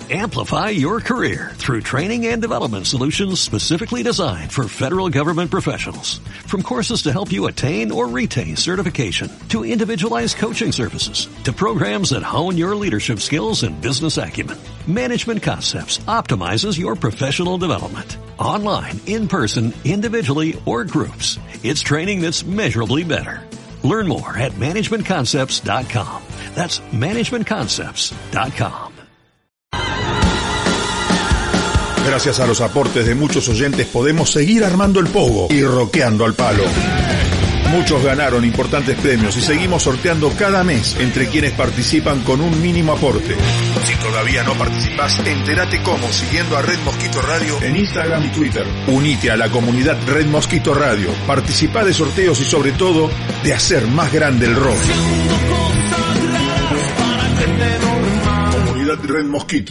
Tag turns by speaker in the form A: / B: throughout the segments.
A: Amplify your career through training and development solutions specifically designed for federal government professionals. From courses to help you attain or retain certification, to individualized coaching services, to programs that hone your leadership skills and business acumen, Management Concepts optimizes your professional development. Online, in person, individually, or groups, it's training that's measurably better. Learn more at managementconcepts.com. That's managementconcepts.com.
B: Gracias a los aportes de muchos oyentes podemos seguir armando el pogo y rockeando al palo. Muchos ganaron importantes premios y seguimos sorteando cada mes entre quienes participan con un mínimo aporte. Si todavía no participas, entérate cómo siguiendo a Red Mosquito Radio en Instagram y Twitter. Unite a la comunidad Red Mosquito Radio, participa de sorteos y sobre todo de hacer más grande el rock. Comunidad Red Mosquito.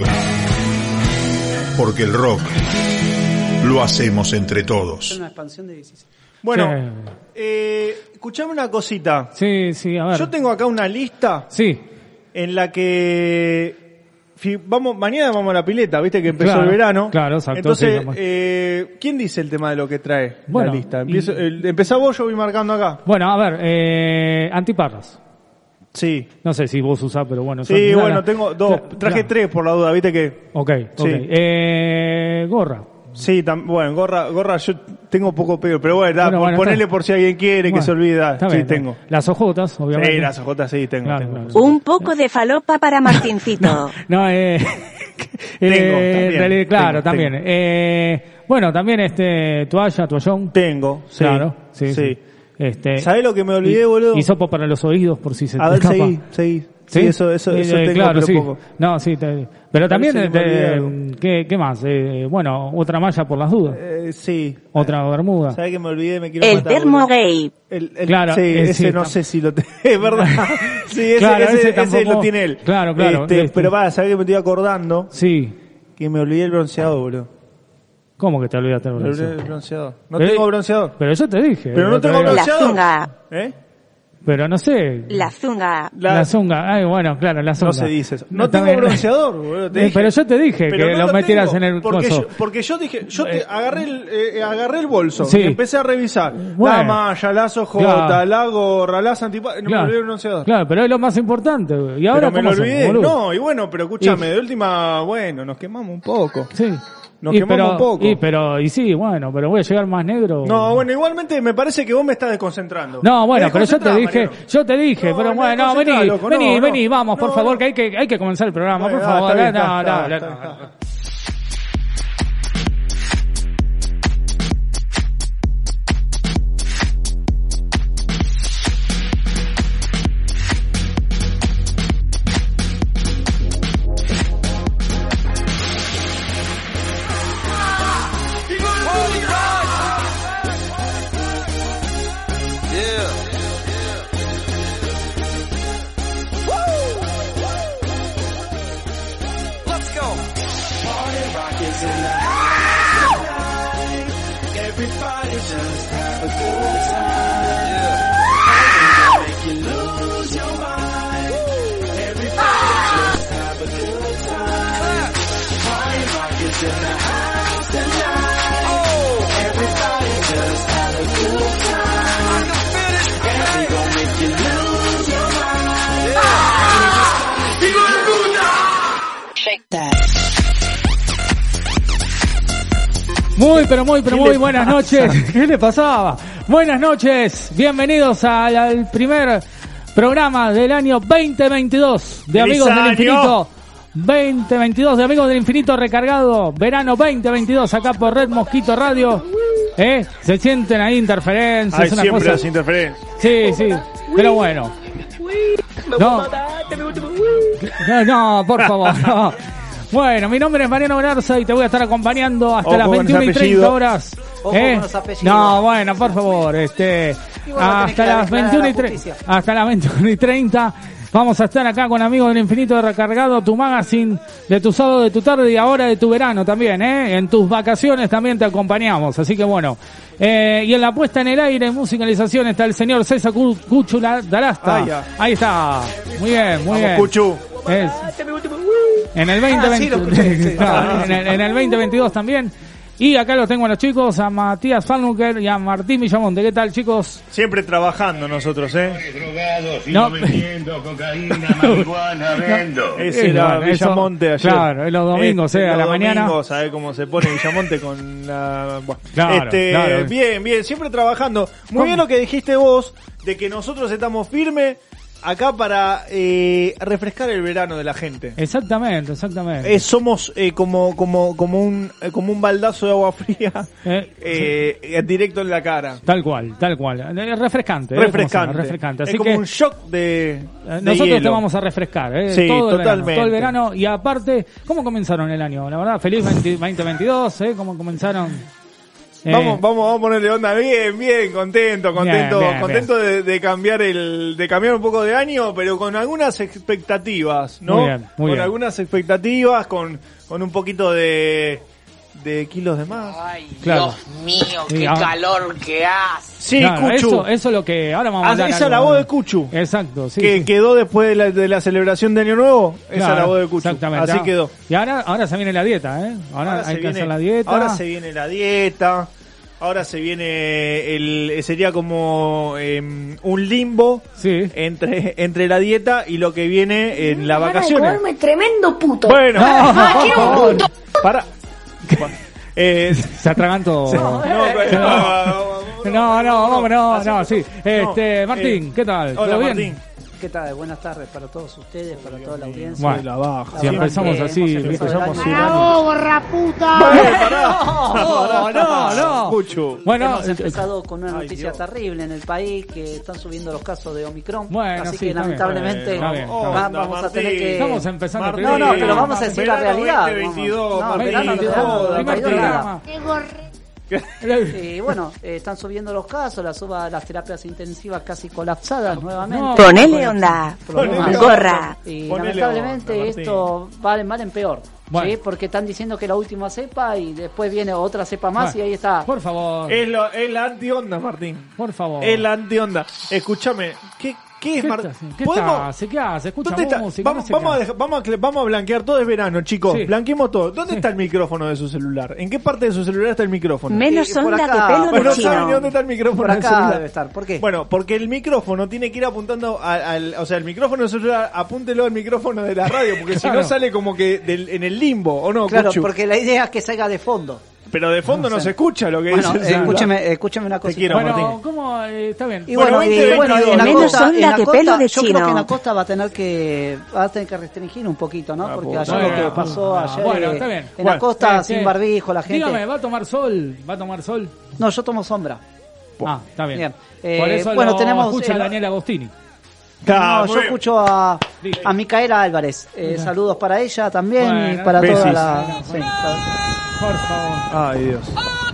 B: Porque el rock lo hacemos entre todos.
C: Una expansión de 16. Bueno, escuchame una cosita.
D: Sí, a ver.
C: Yo tengo acá una lista.
D: Sí.
C: En la que mañana vamos a la pileta, viste que empezó el verano.
D: Claro, exacto.
C: Entonces,
D: sí,
C: ¿quién dice el tema de lo que trae
D: bueno,
C: la lista? Empezá vos, yo voy marcando acá.
D: Bueno, a ver, antiparras.
C: Sí.
D: No sé si vos usás, pero bueno.
C: Sí, bueno, tengo dos. Traje tres por la duda, viste que...
D: Ok.
C: Sí.
D: Gorra.
C: Sí, bueno, gorra yo tengo poco pego, pero bueno, ponele
D: está.
C: por si alguien quiere que se olvida. Sí,
D: bien,
C: tengo.
D: Las ojotas, obviamente.
C: Sí, las ojotas sí, tengo.
D: Claro.
E: Un poco de falopa para Martincito.
D: Tengo,
C: también.
D: Claro,
C: Tengo.
D: también. Bueno, también toallón.
C: Tengo, sí.
D: Claro, sí.
C: ¿Sabés lo que me olvidé, boludo?
D: Hisopo para los oídos por si se
C: a
D: te
C: ver,
D: escapa.
C: seguí. Sí, eso tengo,
D: claro,
C: pero
D: sí.
C: poco.
D: No, sí, pero también, ¿qué más? Bueno, otra malla por las dudas.
C: Sí.
D: Otra bermuda.
C: ¿Sabés que me olvidé? Me quiero
E: El
C: matar,
E: termo
C: boludo.
E: gay.
D: Claro,
C: sí, ese
D: sí,
C: no sé si lo tiene, es verdad. Sí, ese
D: tampoco,
C: lo tiene él.
D: Claro.
C: Pero ¿sabés que me estoy acordando?
D: Sí.
C: Que me olvidé el bronceador, boludo.
D: ¿Cómo que te olvidaste del
C: Me olvidé
D: bronceador?
C: el bronceador. No tengo bronceador.
D: Pero yo te dije.
C: Pero no tengo
E: La
C: bronceador.
E: zunga.
D: Pero no sé.
E: La zunga.
D: La zunga. Ay, bueno, claro, la zunga.
C: No se dice eso. No
D: También.
C: tengo bronceador, boludo. Te dije.
D: Pero yo te dije
C: Pero
D: que
C: no
D: lo metieras
C: tengo,
D: en el coso.
C: porque yo dije, agarré el bolso
D: Sí.
C: y empecé a revisar.
D: Bueno.
C: La malla, las ojotas,
D: Claro.
C: la gorra, las antiparras. No me olvidé el bronceador.
D: Claro, pero es lo más importante. Güey. Y ahora
C: Pero me lo
D: ¿cómo
C: olvidé.
D: somos, boludo?
C: No, y bueno, pero escúchame, de última, bueno, nos quemamos un poco.
D: Sí.
C: Nos quemamos un poco.
D: Y sí, bueno, pero voy a llegar más negro.
C: No, bueno, igualmente me parece que vos me estás desconcentrando.
D: No, bueno,
C: Me
D: pero yo te
C: desconcentrás,
D: dije,
C: No,
D: pero
C: me
D: bueno,
C: desconcentrás, loco,
D: vení, vamos, por
C: No,
D: favor,
C: no.
D: que hay que comenzar el programa,
C: Bueno,
D: por favor.
C: está bien,
D: No.
C: está.
D: Muy buenas noches. ¿Qué le pasaba? Buenas noches. Bienvenidos al primer programa del año 2022 de Amigos del Infinito. 2022 de Amigos del Infinito recargado. Verano 2022 acá por Red Mosquito Radio. Se sienten ahí interferencias.
C: Hay
D: una
C: siempre
D: cosa.
C: las interferencias.
D: Sí. Pero bueno. No, por favor, no. Bueno, mi nombre es Mariano Garza y te voy a estar acompañando hasta las 21:30 horas.
F: Ojo con los apellidos.
D: No, bueno, por favor, hasta las 21:30 vamos a estar acá con Amigos del Infinito recargado, tu magazine de tu sábado, de tu tarde y ahora de tu verano también, en tus vacaciones también te acompañamos, así que bueno. Y en la puesta en el aire, en musicalización, está el señor César Cuchula Dalasta. Ahí está. Muy bien.
C: Cuchu.
D: En el 2020, claro, en el 2022 también. Y acá lo tengo a los chicos, a Matías Farnucker y a Martín Villamonte. ¿Qué tal, chicos?
C: Siempre trabajando nosotros,
F: Drogados,
D: no.
F: vendiendo cocaína, marihuana, vendo.
C: Ese era Villamonte ayer.
D: Claro, en los domingos, a la mañana.
C: ¿Sabés cómo se pone Villamonte con la... Bueno,
D: claro, claro.
C: Bien, siempre trabajando. Muy bien lo que dijiste vos, de que nosotros estamos firmes acá para refrescar el verano de la gente.
D: Exactamente.
C: Somos como un baldazo de agua fría directo en la cara.
D: Tal cual. Refrescante.
C: Refrescante.
D: Así
C: es como
D: que
C: un shock de
D: nosotros
C: hielo.
D: te vamos a refrescar.
C: Sí,
D: todo
C: totalmente.
D: El verano. Y aparte, ¿cómo comenzaron el año? La verdad, feliz 2022. ¿Cómo comenzaron?
C: Vamos a ponerle onda bien, contento
D: Bien.
C: de cambiar un poco de año, pero con algunas expectativas, ¿no?
D: Muy bien.
C: Algunas expectativas, con un poquito de kilos de más.
G: Ay,
D: Claro.
G: Dios mío,
D: Sí,
G: qué calor que hace.
C: Sí,
D: Claro,
C: Cuchu.
D: eso es lo que ahora vamos a hablar.
C: Esa es la voz de Cuchu.
D: Exacto, sí.
C: Que quedó después de la celebración de Año Nuevo. Esa
D: Claro,
C: es la voz de Cuchu.
D: exactamente.
C: Así quedó.
D: Y ahora se viene la dieta, Ahora hay que hacer la dieta.
C: Ahora se viene la dieta. Ahora se viene sería como un limbo entre la dieta y lo que viene en las vacaciones.
H: Tremendo puto.
C: Bueno,
H: quiero un puto.
C: para.
D: Se atragantó. Vámonos, sí. Martín, ¿qué tal?
C: Hola,
D: ¿Todo bien?
C: Martín.
I: ¿Qué tal? Buenas tardes para todos ustedes, para toda la audiencia.
D: Bueno,
C: la baja.
D: si empezamos así,
C: empezamos así.
H: ¡Borra puta!
D: No.
C: Cuchu.
D: Bueno,
I: Hemos empezado con una noticia
C: Dios.
I: terrible en el país, que están subiendo los casos de Omicron.
D: Bueno,
I: así
D: sí,
I: que
D: está bien.
I: lamentablemente
D: Está bien.
I: vamos a tener que...
D: estamos empezando
C: Martín.
D: primero.
I: No, pero vamos a decir la
C: Verano
I: realidad.
C: 2022,
I: No,
C: Martín,
I: verano,
C: primer
I: no ha caído
D: programa.
I: nada. Y bueno, están subiendo los casos, las terapias intensivas casi colapsadas nuevamente.
D: No.
E: Ponele onda.
C: Ponele
E: Gorra.
I: Y
C: Ponele
I: lamentablemente
C: onda, Martín.
I: esto va de mal en peor.
D: Bueno.
I: ¿Sí? Porque están diciendo que la última cepa y después viene otra cepa más
D: Bueno,
I: y ahí está.
D: Por favor.
C: Es la anti-onda, Martín.
D: Por favor.
C: Es la anti-onda. Escúchame, ¿qué es Martín?
D: ¿Qué hace? ¿Qué hace? Escucha
C: ¿Dónde está?
D: música.
C: Vamos a blanquear, todo es verano, chicos.
D: Sí.
C: Blanquemos todo. ¿Dónde está el micrófono de su celular? ¿En qué parte de su celular está el micrófono?
E: Menos
I: por
E: onda
I: acá.
E: que pelo
C: Pues
E: de
C: no saben ni
E: chino.
C: dónde está el micrófono
I: Por
C: del
I: acá
C: celular.
I: debe estar. ¿Por qué?
C: Bueno, porque el micrófono tiene que ir apuntando o sea, el micrófono del celular, apúntelo al micrófono de la radio, porque si
D: Claro.
C: no sale como que en el limbo, ¿o no,
I: Claro,
C: Cuchu?
I: porque la idea es que salga de fondo.
C: Pero de fondo no se escucha lo que
I: Bueno,
C: dice el celular.
I: escúcheme una cosa.
C: quiero,
D: Bueno,
C: Martín.
D: ¿cómo? Está bien.
I: Y bueno, en la
E: Menos
I: costa,
E: onda
I: en la
E: que
I: costa,
E: pelo de
I: yo
E: chino.
I: creo que en la costa va a tener que restringir un poquito, ¿no? Porque ayer
D: Bueno,
I: lo que pasó ayer
D: bueno, está bien.
I: en la costa
D: Sí,
I: sin
D: sí.
I: barbijo, la gente.
D: Dígame, ¿va a tomar sol?
I: No, yo tomo sombra.
D: Ah, está bien.
I: Bien.
D: Por eso
I: bueno,
D: tenemos
I: tenemos
D: escucha a Daniel Agostini.
C: Ah,
I: No,
C: muy
I: yo
C: bien.
I: escucho a Micaela Álvarez. Saludos para ella también y
D: Bueno,
I: para
C: besis.
I: toda la. Sí,
D: Por favor.
C: Ay, Dios.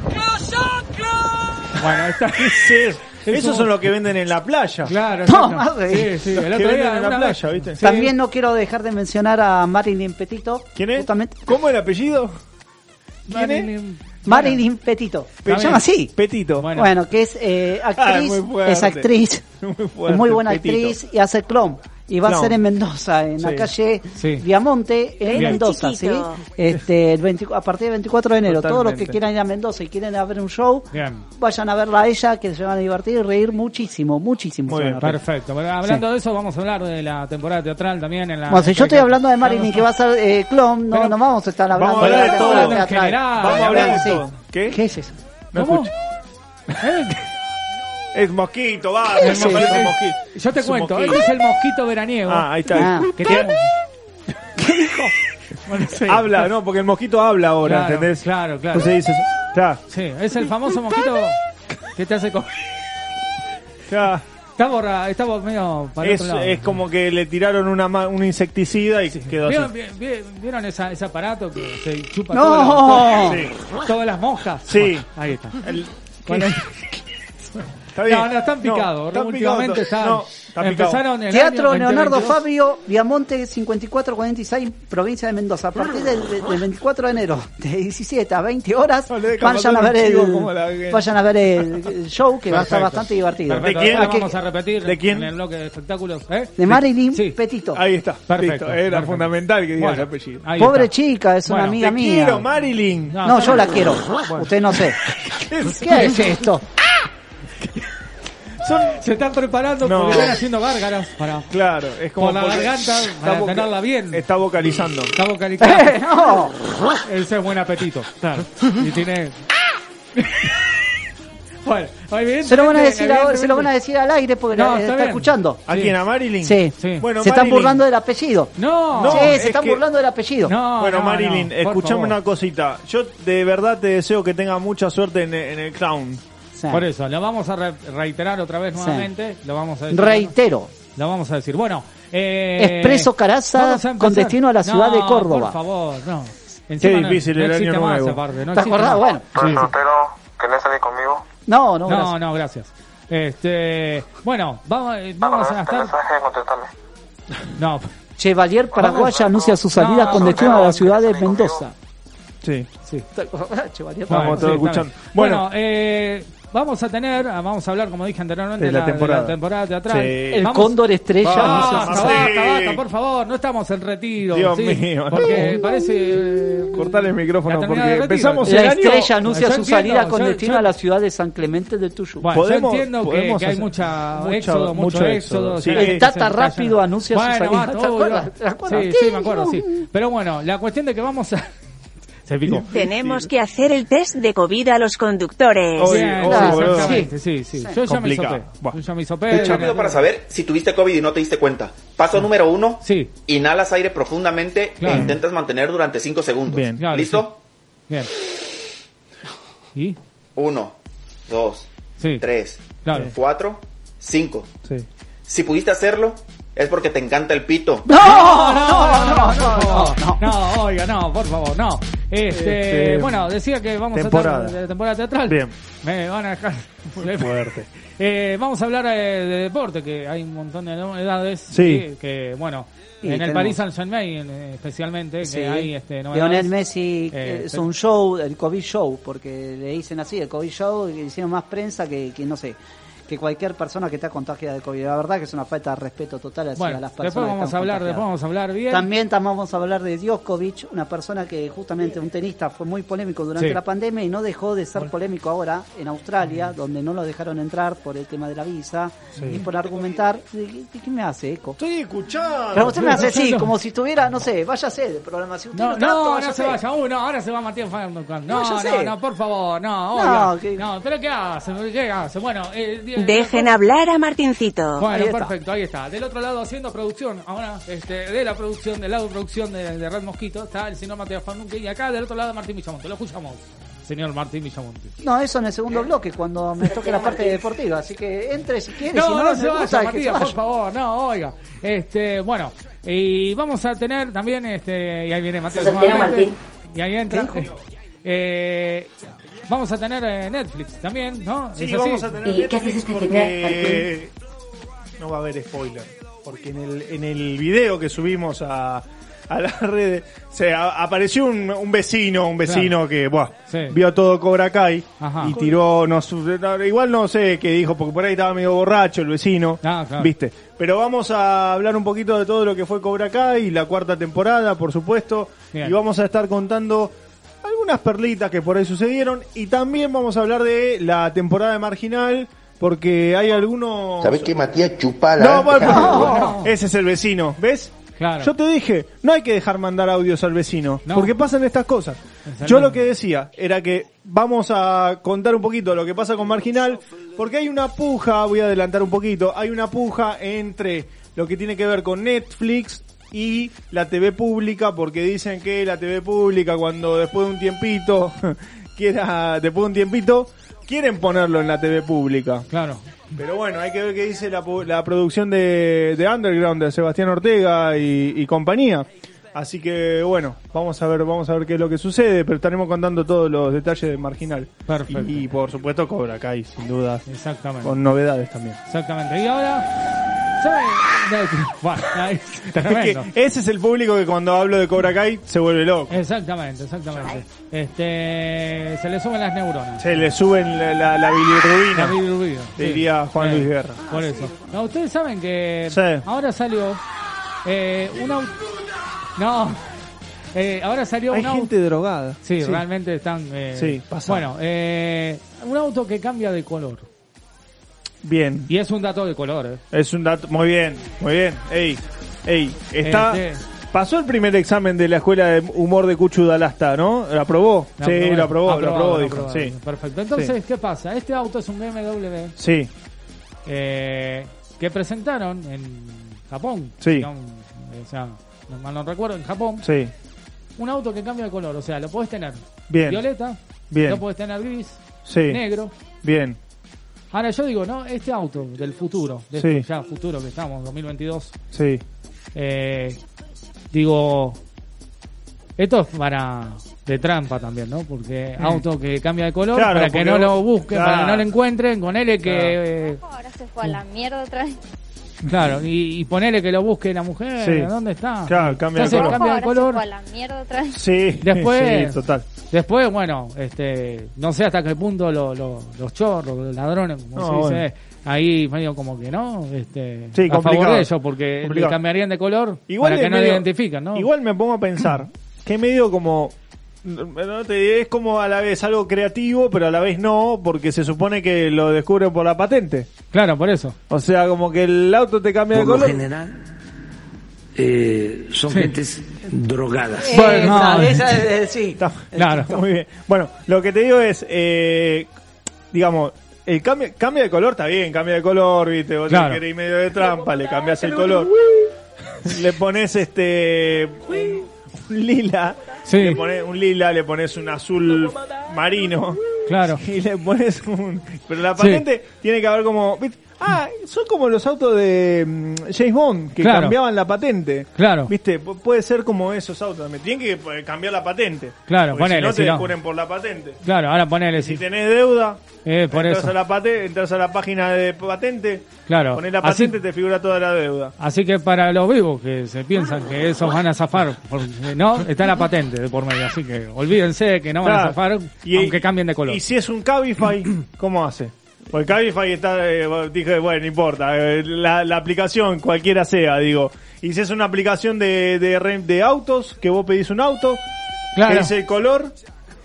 D: Bueno, está.
C: Esos son los que venden en la playa.
D: Claro,
I: No,
D: exacto.
I: más de-
D: Sí, el
C: Que
D: otro
C: venden
D: día
C: en la
D: una
C: playa,
D: vez-
C: ¿viste?
I: También no quiero dejar de mencionar a Marilyn Petito.
C: ¿Quién es?
I: Justamente.
C: ¿Cómo el apellido? ¿Quién es?
I: Marilyn Petito. Se
D: bien.
I: llama así.
C: Petito.
D: Bueno.
I: Que es actriz,
C: muy fuerte.
I: es actriz,
C: Muy
I: es
C: fuerte,
I: muy buena
C: Petito.
I: actriz y hace clown. Y va a
C: Clown.
I: ser en Mendoza, en la
C: Sí.
I: calle
D: Sí.
I: Viamonte, en
E: Bien.
I: Mendoza,
E: Chiquito.
I: ¿sí? A partir del 24 de enero. Todos los
C: Totalmente.
I: que quieran ir a Mendoza y quieren ir a ver un show,
D: Bien.
I: vayan a verla a ella, que se van a divertir y reír muchísimo, muchísimo.
C: Muy
I: se
C: bien,
I: van a reír.
D: Perfecto. Bueno, hablando de eso, vamos a hablar de la temporada teatral también.
I: Bueno, si yo estoy hablando de Marilyn que va a ser clown, no,
D: Pero-
I: no vamos a estar hablando
C: Vamos a hablar de
I: la
C: todo.
I: temporada
D: En
I: teatral.
D: general.
C: Vamos a hablar de
I: Sí.
C: todo. ¿Qué?
I: ¿Qué es eso?
C: No
D: ¿Cómo?
C: escucho.
D: ¿Eh?
C: Es mosquito, va.
D: El
C: Es un
D: mosquito.
C: mosquito.
D: Yo te
C: Es un
D: cuento,
C: mosquito.
D: este es el mosquito veraniego.
C: Ah, ahí está.
I: Ah.
D: que tiene- Bueno, sí.
C: Habla, no, porque el mosquito habla ahora,
D: Claro,
C: ¿entendés?
D: claro.
C: Entonces dices, ya,
D: Sí, es el famoso mosquito que te hace comer.
C: ya.
D: Está medio para el otro lado.
C: Es como que le tiraron un insecticida y quedó así.
D: ¿Vieron ese aparato que se chupa
I: No.
D: todas las monjas?
C: Sí.
D: Bueno, ahí está.
C: El-
D: Bueno,
C: Está bien.
D: No, están picados.
C: están
D: Últimamente
C: picados.
D: están.
C: No,
D: Empezaron el
I: Teatro
D: año
I: Leonardo
D: 2022.
I: Fabio, Viamonte 5446, provincia de Mendoza. A partir del 24 de enero, de 17 a 20 horas, vayan a ver el show, que va a estar bastante divertido.
D: Perfecto.
C: ¿De quién?
D: Vamos a repetir
C: ¿De quién?
D: en el bloque de espectáculos.
I: De Marilyn
D: Sí.
I: Petito.
C: Ahí está.
D: Perfecto,
C: Listo. Era
D: perfecto.
C: fundamental que diga
D: Bueno,
C: el apellido.
D: ahí
I: Pobre
D: está.
I: chica, es una
D: Bueno,
I: amiga
C: Te
I: mía.
C: quiero, Marilyn.
I: No, yo la quiero. Usted no sé. ¿Qué es esto?
D: Se están preparando
C: No.
D: porque están haciendo gárgaras para
C: Claro, es como
D: por la
C: porque
D: garganta para
C: voca-
D: tenerla bien.
C: Está vocalizando.
D: Está vocalizando.
I: No.
D: Ese es buen apetito. Claro. Y tiene. Bueno, evidentemente-
I: Se lo van a decir
D: evidentemente-
I: se lo van a decir al aire porque
D: No,
I: la
D: está
I: está
D: bien.
I: escuchando.
C: ¿A
D: Sí.
C: quién? ¿A Marilyn?
I: Sí.
D: Sí.
C: Bueno,
I: Se están
C: Marilyn.
I: burlando del apellido.
D: No,
C: No,
I: Sí,
C: es
I: se están
C: que-
I: burlando del apellido.
D: no.
C: Bueno,
D: no,
C: Marilyn,
D: no, por
C: escuchame
D: favor.
C: una cosita. Yo de verdad te deseo que tenga mucha suerte en el clown.
I: Sí.
D: Por eso, lo vamos a reiterar otra vez nuevamente. Lo vamos a decir.
I: Reitero.
D: Lo vamos a decir. Bueno,
I: Expreso Caraza
D: vamos a empezar.
I: con destino a la ciudad de Córdoba.
D: Por favor, no.
C: Qué
D: Encima
C: difícil el
D: existe
C: año
D: más
C: nuevo.
D: esa parte, no
I: ¿Te
D: existe
I: acordás?
D: más.
I: Bueno.
D: Sí.
F: ¿Querés salir conmigo?
I: No, no,
D: No,
I: gracias.
D: no, gracias. Bueno, vamos a gastar.
F: mensaje, contestame.
D: No,
I: Chevalier Paraguaya anuncia su salida
D: No,
I: con
D: no,
I: destino
F: no,
I: a la ciudad de
F: no, no,
I: Mendoza.
C: Sí.
D: sí.
I: ¿Te acordás, Chevalier
C: Vamos
I: Paraguaya?
C: todos
D: está
C: escuchando.
D: bien.
C: Bueno.
D: Vamos a hablar, como dije anteriormente,
C: De la temporada.
D: teatral.
C: Sí.
I: El
D: Vamos-
I: Cóndor Estrella anunció su
D: Basta,
I: salida.
D: basta, por favor, no estamos en retiro.
C: Dios
D: ¿sí?
C: mío,
D: Porque
C: no.
D: parece...
C: Cortale el micrófono
D: la terminada
C: porque
D: de retiro.
C: empezamos
I: La
C: el año.
I: Estrella anuncia
D: Yo
I: su
D: entiendo,
I: salida con
D: yo-
I: destino
D: yo-
I: a la ciudad de San Clemente del Tuyú.
D: Bueno,
C: Podemos-
D: yo entiendo
C: podemos
D: que hay
C: hacer
D: mucho
C: mucho
D: mucho éxodo.
C: éxodo.
D: ya
C: Sí.
D: la gente
I: El
D: se
I: Tata
D: está
I: Rápido
D: yendo.
I: anuncia su
D: Bueno,
I: salida.
D: basta,
I: ¿Te
D: obvio.
I: acuerdas? ¿Te acuerdas?
D: Sí, me acuerdo, sí. Pero bueno, la cuestión de que vamos a... Se picó.
E: Tenemos que hacer el test de COVID a los conductores.
C: Oye,
D: Bien,
C: claro,
D: exactamente, sí. Yo ya me
C: Complicado.
D: hisopé.
C: Buah.
D: Yo ya me hisopé.
J: Rápido para saber si tuviste COVID y no te diste cuenta. Paso número 1.
D: Sí.
J: Inhalas aire profundamente
D: Claro.
J: e intentas mantener durante 5 segundos.
C: Bien.
D: Claro,
J: ¿Listo?
D: Bien. ¿Y?
J: 1, 2,
D: Sí.
J: 3,
D: Claro.
J: 4, 5.
C: Sí.
J: Si pudiste hacerlo, es porque te encanta el pito.
D: No, oiga, no, por favor, no. Bueno, decía que vamos
C: Temporada.
D: a estar de temporada teatral.
C: Bien.
D: Me van a dejar
C: Fuerte.
D: vamos a hablar de deporte, que hay un montón de novedades.
C: Sí.
D: Que bueno,
I: Y
D: en el
I: tenemos-
D: Paris Saint-Germain especialmente,
I: Sí.
D: que hay novedades.
I: Lionel Messi
D: Eh,
I: es un show, el COVID show, porque le dicen así, el COVID show, y hicieron más prensa que no sé, que cualquier persona que está contagiada de COVID. La verdad que es una falta de respeto total hacia
D: Bueno,
I: las personas
D: después
I: que
D: vamos
I: están
D: a hablar,
I: contagiadas.
D: después vamos a hablar bien.
I: También vamos a hablar de Djokovic, una persona que justamente un tenista fue muy polémico durante
D: Sí.
I: la pandemia y no dejó de ser polémico ahora en Australia, donde no lo dejaron entrar por el tema de la visa y por argumentar. ¿De qué me hace eco?
C: Estoy escuchando.
I: Pero usted me hace así,
D: no.
I: como si estuviera, no sé, váyase del programa. Si usted
D: No,
I: no, está apto,
D: no
I: váyase.
D: se vaya. No, ahora se va Matías Fagundes. No,
I: No, ya sé.
D: no, por favor, no,
I: No,
D: oiga.
I: que-
D: No, pero ¿qué hace? ¿Qué hace? Bueno,
E: Dejen hablar a Martincito.
D: Bueno,
I: Ahí está.
D: perfecto, ahí está. Del otro lado haciendo producción, ahora, de la producción, del lado de producción de Red Mosquito, está el señor Matías Fagundes y acá del otro lado Martín Villamonte. Lo escuchamos, señor Martín Villamonte.
I: No, eso en el segundo bloque, cuando me toque la parte deportiva. Así que entre si quiere.
D: No,
I: si
D: no se
I: me
D: vaya,
I: gusta, que
D: Matías,
I: se
D: por
I: vaya.
D: favor, no, oiga. Bueno, y vamos a tener también, y ahí viene Matías nuevamente, y ahí entra. Vamos a tener Netflix también, ¿no?
C: Sí,
D: ¿Es así?
C: vamos a tener
H: ¿Y qué haces
C: Netflix
H: esta
C: porque no va a haber spoiler. Porque en el video que subimos a las redes apareció un vecino
D: Claro.
C: que buah,
D: Sí.
C: vio todo Cobra Kai
D: Ajá.
C: y tiró, igual no sé qué dijo, porque por ahí estaba medio borracho el vecino,
D: Ah, claro.
C: viste. Pero vamos a hablar un poquito de todo lo que fue Cobra Kai, la cuarta temporada, por supuesto,
D: Bien.
C: y vamos a estar contando algunas perlitas que por ahí sucedieron, y también vamos a hablar de la temporada de Marginal, porque hay algunos...
K: ¿Sabes qué, Matías? Chupala.
C: No, bueno, ese es el vecino, ¿ves?
D: Claro.
C: Yo te dije, no hay que dejar mandar audios al vecino,
D: No.
C: porque pasan estas cosas.
D: Exactamente.
C: Yo lo que decía era que vamos a contar un poquito lo que pasa con Marginal, porque hay una puja, voy a adelantar un poquito, hay una puja entre lo que tiene que ver con Netflix y la TV pública, porque dicen que la TV pública cuando después de un tiempito, quieren ponerlo en la TV pública.
D: Claro.
C: Pero bueno, hay que ver qué dice la producción de Underground, de Sebastián Ortega y compañía. Así que bueno, vamos a ver qué es lo que sucede, pero estaremos contando todos los detalles de Marginal.
D: Perfecto.
C: Y por supuesto Cobra Kai, sin duda,
D: Exactamente.
C: con novedades también.
D: Exactamente. Y ahora ¿saben? Bueno, ahí, tremendo.
C: Es que ese es el público que cuando hablo de Cobra Kai se vuelve loco.
D: Exactamente. Se le suben las neuronas.
C: Se le suben la bilirrubina.
D: La bilirrubina, sí.
C: Diría Juan Luis Guerra.
D: Por eso. No, ustedes saben que
C: Sí.
D: ahora salió un auto. No. Ahora salió
C: Hay
D: un auto.
C: gente drogada.
D: Sí, realmente están.
C: Sí, pasa.
D: Bueno, un auto que cambia de color.
C: Bien.
D: Y es un dato de color,
C: Es un dato. Muy bien. Ey. Está. Pasó el primer examen de la escuela de humor de Cuchu Dalasta, ¿no? ¿Lo aprobó? Sí, lo aprobó, dijo. Sí.
D: Perfecto. Entonces, ¿qué pasa? Este auto es un BMW.
C: Sí.
D: Que presentaron en Japón.
C: Sí.
D: Digamos, o sea, mal no recuerdo, en Japón.
C: Sí.
D: Un auto que cambia de color. O sea, lo podés tener
C: Bien.
D: violeta.
C: Bien.
D: Lo podés tener gris.
C: Sí.
D: Negro.
C: Bien.
D: Ahora yo digo, ¿no? Este auto del futuro, de
C: Sí.
D: este ya futuro que estamos, 2022,
C: Sí.
D: digo, esto es de trampa también, ¿no? Porque auto que cambia de color,
C: Claro,
D: para que
C: porque
D: no lo
C: vos-
D: busquen,
C: claro.
D: para que no lo encuentren, ponele que...
K: Ahora se fue a la mierda otra vez.
D: Claro, y ponele que lo busque la mujer,
C: Sí.
D: ¿dónde está?
C: Claro, cambia de
D: Entonces
C: color.
D: cambia de
K: Ahora
D: color.
K: se fue a la mierda otra vez.
C: Sí.
D: Después-
C: Sí, total.
D: Después, bueno, no sé hasta qué punto los chorros, los ladrones, como
C: No,
D: se dice,
C: bueno.
D: ahí medio como que no,
C: Sí,
D: a favor
C: complicado.
D: de ellos, porque le
C: Complicado.
D: cambiarían de color
C: Igual
D: para
C: es
D: que no lo
C: medio-
D: identifican, ¿no?
C: Igual me pongo a pensar que medio como no te diré, es como a la vez algo creativo, pero a la vez no, porque se supone que lo descubre por la patente.
D: Claro, por eso.
C: O sea, como que el auto te cambia de
L: Por lo
C: color.
L: general, son gentes drogadas.
C: Bueno, no,
I: sí.
C: Está, claro, muy bien. Bueno, lo que te digo es, digamos, el cambio de color está bien, cambia de color, viste, vos
D: Claro.
C: te querés medio de trampa, le cambias el color, le pones un lila,
D: Sí.
C: le pones un lila, le pones un azul marino,
D: Claro.
C: y le pones pero la patente tiene que haber como, ¿viste? Son como los autos de James Bond, que
D: Claro.
C: cambiaban la patente.
D: Claro.
C: ¿Viste? Puede ser como esos autos. Me tienen que cambiar la patente.
D: Claro,
C: porque
D: ponele,
C: si no te
D: si no.
C: descubren por la patente.
D: Claro, ahora ponele
C: Si
D: sí.
C: tenés deuda,
D: Por
C: entras
D: eso.
C: entras a la página de patente,
D: Claro.
C: ponés la
D: Así-
C: patente, te figura toda la deuda.
D: Así que para los vivos que se piensan que esos van a zafar, porque no, está la patente de por medio, así que olvídense que no van a
C: Claro.
D: zafar aunque cambien de color.
C: Y si es un Cabify, ¿cómo hace? Porque Cabify está, dije, bueno, no importa, la aplicación cualquiera sea, digo. Y si es una aplicación de autos, que vos pedís un auto,
D: Claro.
C: que dice el color,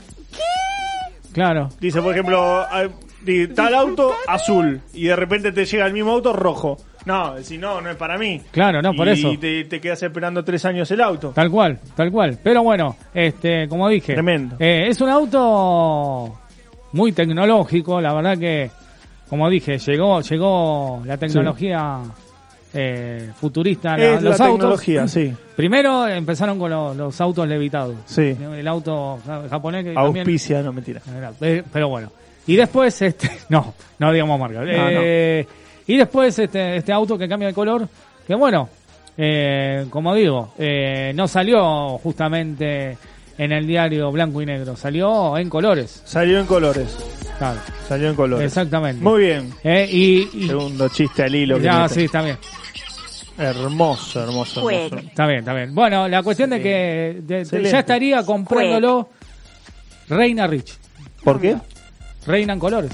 D: Claro.
C: dice, por ejemplo, tal auto azul, y de repente te llega el mismo auto rojo. No, si no, no es para mí.
D: Claro, no, por eso.
C: Y te quedas esperando 3 años el auto.
D: Tal cual. Pero bueno, como dije,
C: Tremendo.
D: Es un auto muy tecnológico, la verdad que, como dije, llegó la tecnología futurista a
C: Es
D: los
C: la
D: autos.
C: tecnología, sí.
D: Primero empezaron con los autos levitados.
C: Sí.
D: El auto japonés que también...
C: Auspicia, no mentira.
D: Pero bueno. Y después, no digamos marca.
C: No.
D: Y después este auto que cambia de color, que bueno, como digo, no salió justamente en el diario blanco y negro, salió en colores.
C: Salió en colores.
D: Claro.
C: Salió en colores.
D: Exactamente.
C: Muy bien.
D: Y
C: segundo chiste al hilo.
D: ya,
C: meten.
D: sí, está bien.
C: Hermoso.
D: Está bien. Bueno, la cuestión de que
C: Excelente.
D: ya estaría comprándolo Reina Rich.
C: ¿Por qué?
D: Reina en colores.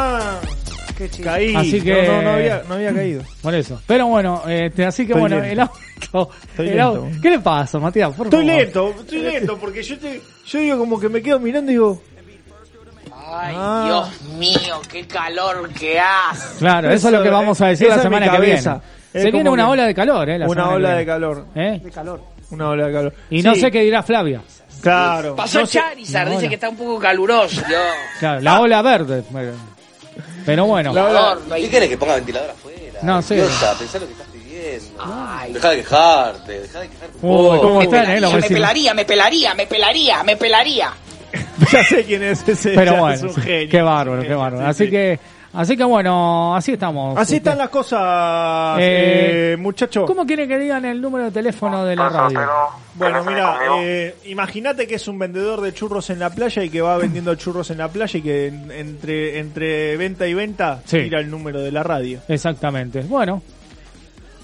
C: Qué caí.
D: Así que
C: No había caído.
D: Por eso. Pero bueno, así que
C: Estoy
D: bueno,
C: lento.
D: el auto.
C: Estoy
D: el auto-
C: lento.
D: ¿Qué le pasa, Matías? Por
C: Estoy
D: favor.
C: lento, porque yo digo como que me quedo mirando y digo,
G: Ay, Dios mío, qué calor que hace.
D: Claro, eso es lo que vamos a decir
C: esa
D: la
C: es mi
D: semana que viene.
C: cabeza. Es
D: Se viene
C: como
D: una
C: que-
D: ola de calor, la
C: una
D: semana que
C: ola
D: viene.
C: de calor.
I: De calor.
C: Una ola de calor.
D: Y no
C: Sí,
D: sé qué dirá Flavia.
C: Claro.
G: Pasó
C: no sé-
G: Charizard,
D: No,
G: dice
D: no.
G: que está un poco caluroso. Dios.
D: Claro, la ola verde. Pero bueno.
J: ¿Qué querés que ponga ventilador afuera?
D: No sé.
J: Idiota, pensá lo que estás pidiendo.
G: Ay.
J: Deja de quejarte,
D: Uy, ¿cómo
G: Me
D: están,
G: pelaría,
D: los
G: me
D: vecinos?
G: pelaría.
C: Ya sé quién es ese.
D: Pero
C: ya
D: bueno,
C: es un genio.
D: qué bárbaro, qué bárbaro.
C: Sí,
D: Así que bueno, así estamos.
C: Así están las cosas, muchachos.
D: ¿Cómo quiere que digan el número de teléfono de la radio?
C: Bueno, mira, imagínate que es un vendedor de churros en la playa y que va vendiendo churros en la playa y que entre venta y venta
D: Sí.
C: tira el número de la radio.
D: Exactamente. Bueno,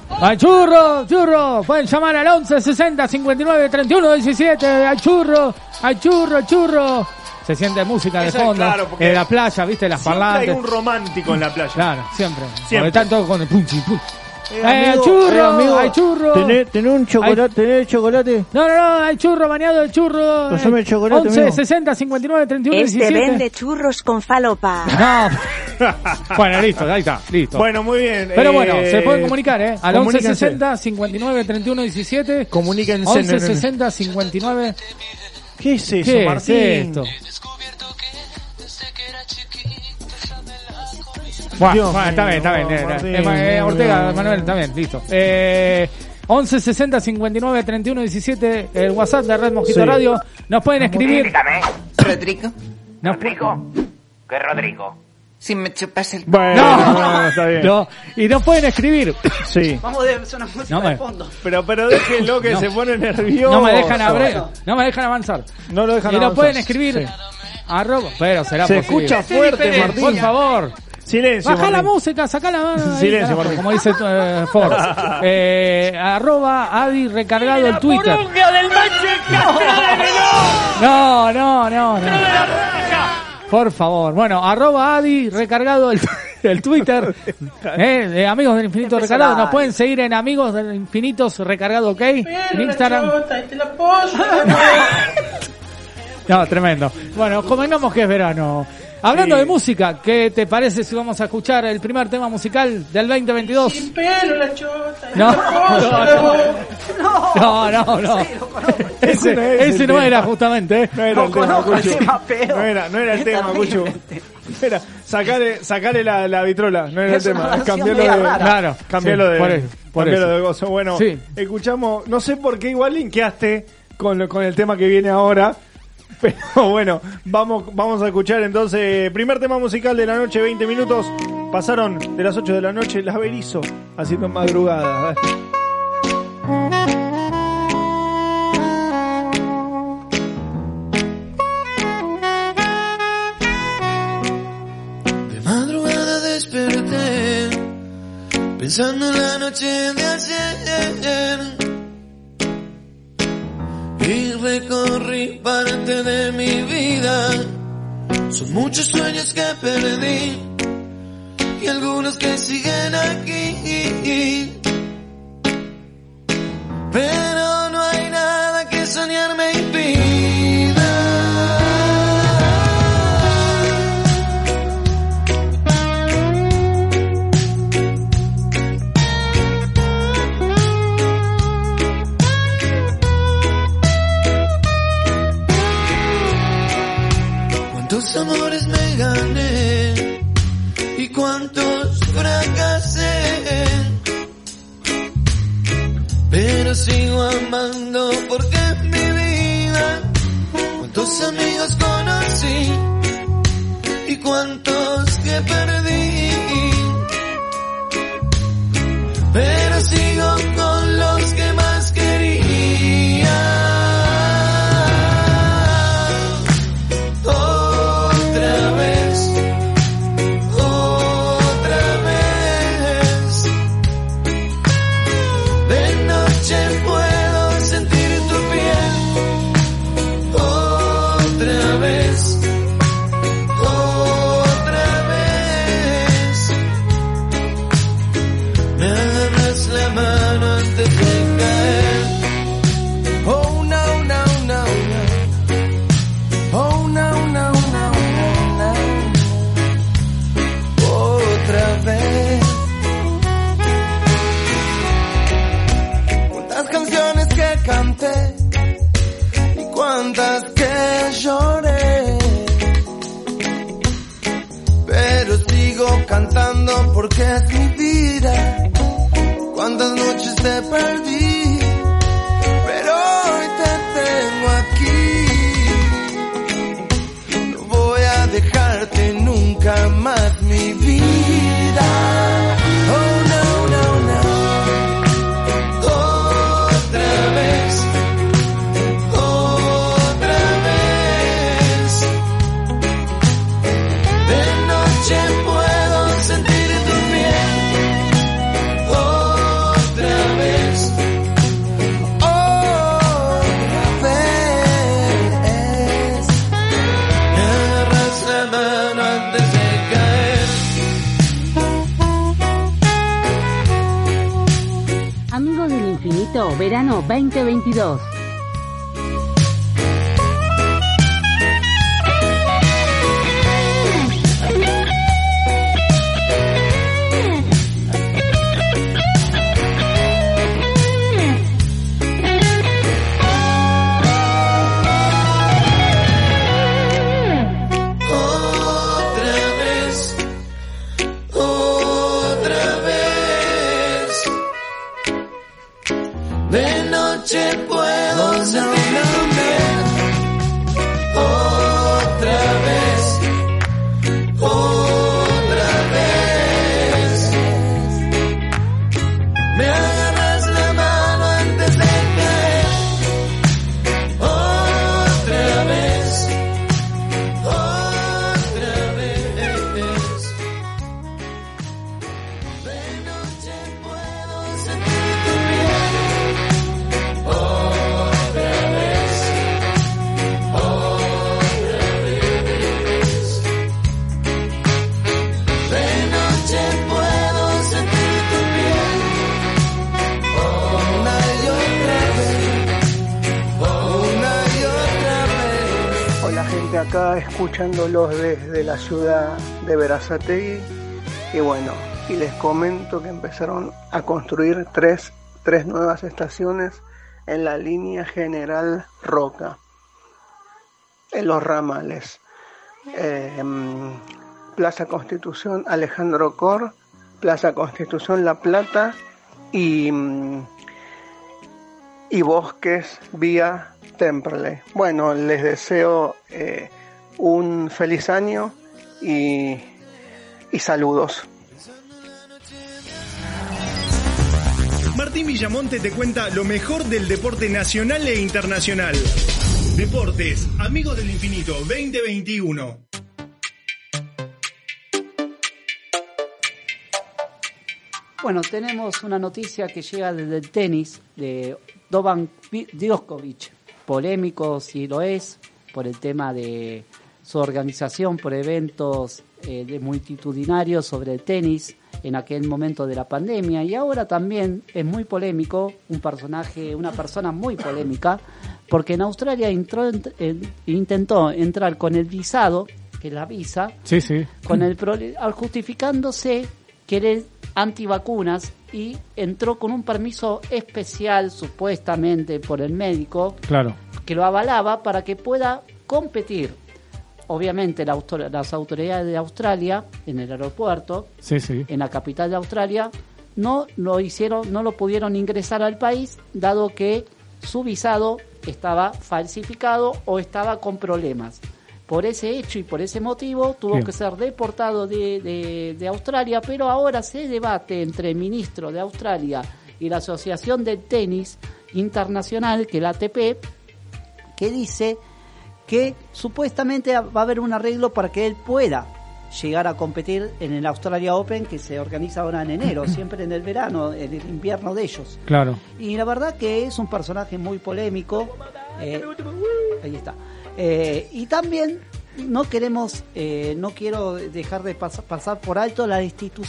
D: ¡Al churro! ¡Churro! Pueden llamar al 11 60 59 31 17. ¡Al churro! ¡Al churro! ¡Churro! Se siente música de
C: Eso
D: fondo.
C: es claro, porque
D: en la playa, ¿viste? Las parlantes.
C: Hay un romántico en la playa.
D: Claro, siempre.
C: Siempre.
D: Porque están todos con el punchi.
C: Amigo,
D: churro,
C: amigo,
D: hay churro.
C: ¿Tenés un chocolate? ¿Tenés chocolate?
D: No, hay churro, bañado de churro.
C: Pásame el chocolate,
D: 11,
C: amigo.
D: 60, 59, 31, 17.
E: Vende churros con falopa.
D: No. Bueno, listo, ahí está, listo.
C: Bueno, muy bien.
D: Pero bueno, se pueden comunicar, al 11,
C: comuníquense.
D: 60, 59, 31, 17.
C: Comuníquense.
D: 11, 60, 59.
C: ¿Qué es eso,
D: ¿Qué
C: Martín?
D: es esto? Bueno, está bien.
C: Martín,
D: Ortega, Manuel, está bien, listo. 11 60 59 31 17, el WhatsApp de Red Mosquito
C: Sí.
D: Radio. Nos pueden escribir.
G: Dígame. ¿Rodrigo?
D: ¿Rodrigo?
G: ¿Qué Rodrigo? Si me chupas el...
C: Bueno, no, está bien.
D: No, y nos pueden escribir.
C: Sí.
I: Vamos a hacer una música
D: No,
I: de fondo.
C: Pero déjenlo que
D: No.
C: se pone nervioso.
D: No me dejan no me dejan avanzar.
C: No lo dejan
D: Y nos
C: avanzar.
D: pueden escribir.
C: Sí.
D: ¡Arroba! Pero será
C: Se
D: posible.
C: escucha fuerte, Martín.
D: Por favor.
C: Silencio,
D: Baja la
C: Martín.
D: música, saca la mano. ahí,
C: Silencio,
D: carajo,
C: Martín.
D: como dice Ford. Arroba Adi recargado el Twitter. No. Por favor. Bueno, arroba Adi recargado el Twitter. De Amigos del Infinito
I: Empezó
D: Recargado.
I: la-
D: Nos pueden seguir en Amigos del Infinito Recargado, ¿ok? En Instagram. No, tremendo. Bueno, convengamos que es verano. Hablando
C: Sí.
D: de música, ¿qué te parece si vamos a escuchar el primer tema musical del 2022? No. Ese no era justamente.
C: No era el tema,
I: conozco el
C: Cucho.
I: tema, pero
C: No era el tema, Cucho. Era, sacale la vitrola, no era el
I: Es una
C: tema.
I: versión
C: Cambialo
I: media
C: de...
I: rara.
D: Claro,
C: Cambialo
D: sí,
C: de...
D: por
C: cambialo
D: eso.
C: de gozo. Bueno,
D: Sí.
C: escuchamos... No sé por qué igual linkeaste con el tema que viene ahora. Pero bueno, vamos a escuchar entonces primer tema musical de la noche, 20 minutos. Pasaron de las 8 de la noche, Las Berizo, haciendo madrugada.
M: De madrugada desperté, pensando en la noche de ayer, y recorrí parte de mi vida. Son muchos sueños que perdí y algunos que siguen aquí, pero no hay nada que soñar me impida. Cuántos amores me gané y cuántos fracasé, pero sigo amando porque es mi vida. Cuántos amigos conocí y cuántos que perdí, pero sigo con los que más quería. Y cuántas que lloré, pero sigo cantando porque es mi vida. Cuántas noches te perdí, pero hoy te tengo aquí. No voy a dejarte nunca más, mi vida. Oh no, no, no. Puedo sentir tu piel otra
N: Verano 2022.
O: Acá escuchándolos desde la ciudad de Berazategui y bueno, y les comento que empezaron a construir tres nuevas estaciones en la línea General Roca, en los ramales, Plaza Constitución Alejandro Cor, Plaza Constitución La Plata y Bosques vía Temperley. Bueno, les deseo un feliz año y saludos.
P: Martín Villamonte te cuenta lo mejor del deporte nacional e internacional. Deportes, Amigos del Infinito 2021.
I: Bueno, tenemos una noticia que llega desde el tenis de Novak Djokovic. Polémico si lo es, por el tema de su organización por eventos multitudinarios sobre el tenis en aquel momento de la pandemia, y ahora también es muy polémico, una persona muy polémica, porque en Australia intentó entrar con el visado, que es la visa, justificándose que era antivacunas, y entró con un permiso especial supuestamente por el médico, que lo avalaba para que pueda competir. Obviamente las autoridades de Australia en el aeropuerto, en la capital de Australia, no lo pudieron ingresar al país, dado que su visado estaba falsificado o estaba con problemas. Por ese hecho y por ese motivo tuvo que ser deportado de Australia, pero ahora se debate entre el ministro de Australia y la Asociación del Tenis Internacional, que es la ATP, que dice que supuestamente va a haber un arreglo para que él pueda llegar a competir en el Australia Open, que se organiza ahora en enero, siempre en el verano, en el invierno de ellos.
D: Claro.
I: Y la verdad que es un personaje muy polémico. Ahí está. Y también no quiero dejar de pasar por alto la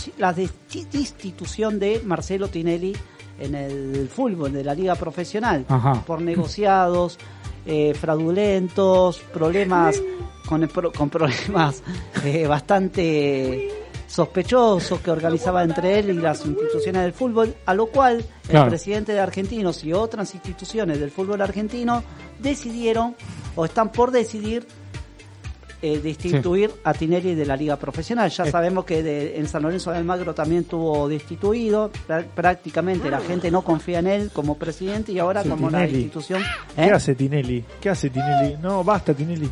I: destitución de Marcelo Tinelli en el fútbol de la liga profesional. Ajá. Por negociados fraudulentos, problemas con problemas bastante sospechosos que organizaba entre él y las instituciones del fútbol, a lo cual el presidente de Argentinos y otras instituciones del fútbol argentino decidieron o están por decidir destituir a Tinelli de la liga profesional. Ya sabemos que en San Lorenzo de Almagro también estuvo destituido, prácticamente la gente no confía en él como presidente, y ahora como
C: Tinelli.
I: La institución...
C: ¿Qué hace Tinelli? No, basta Tinelli.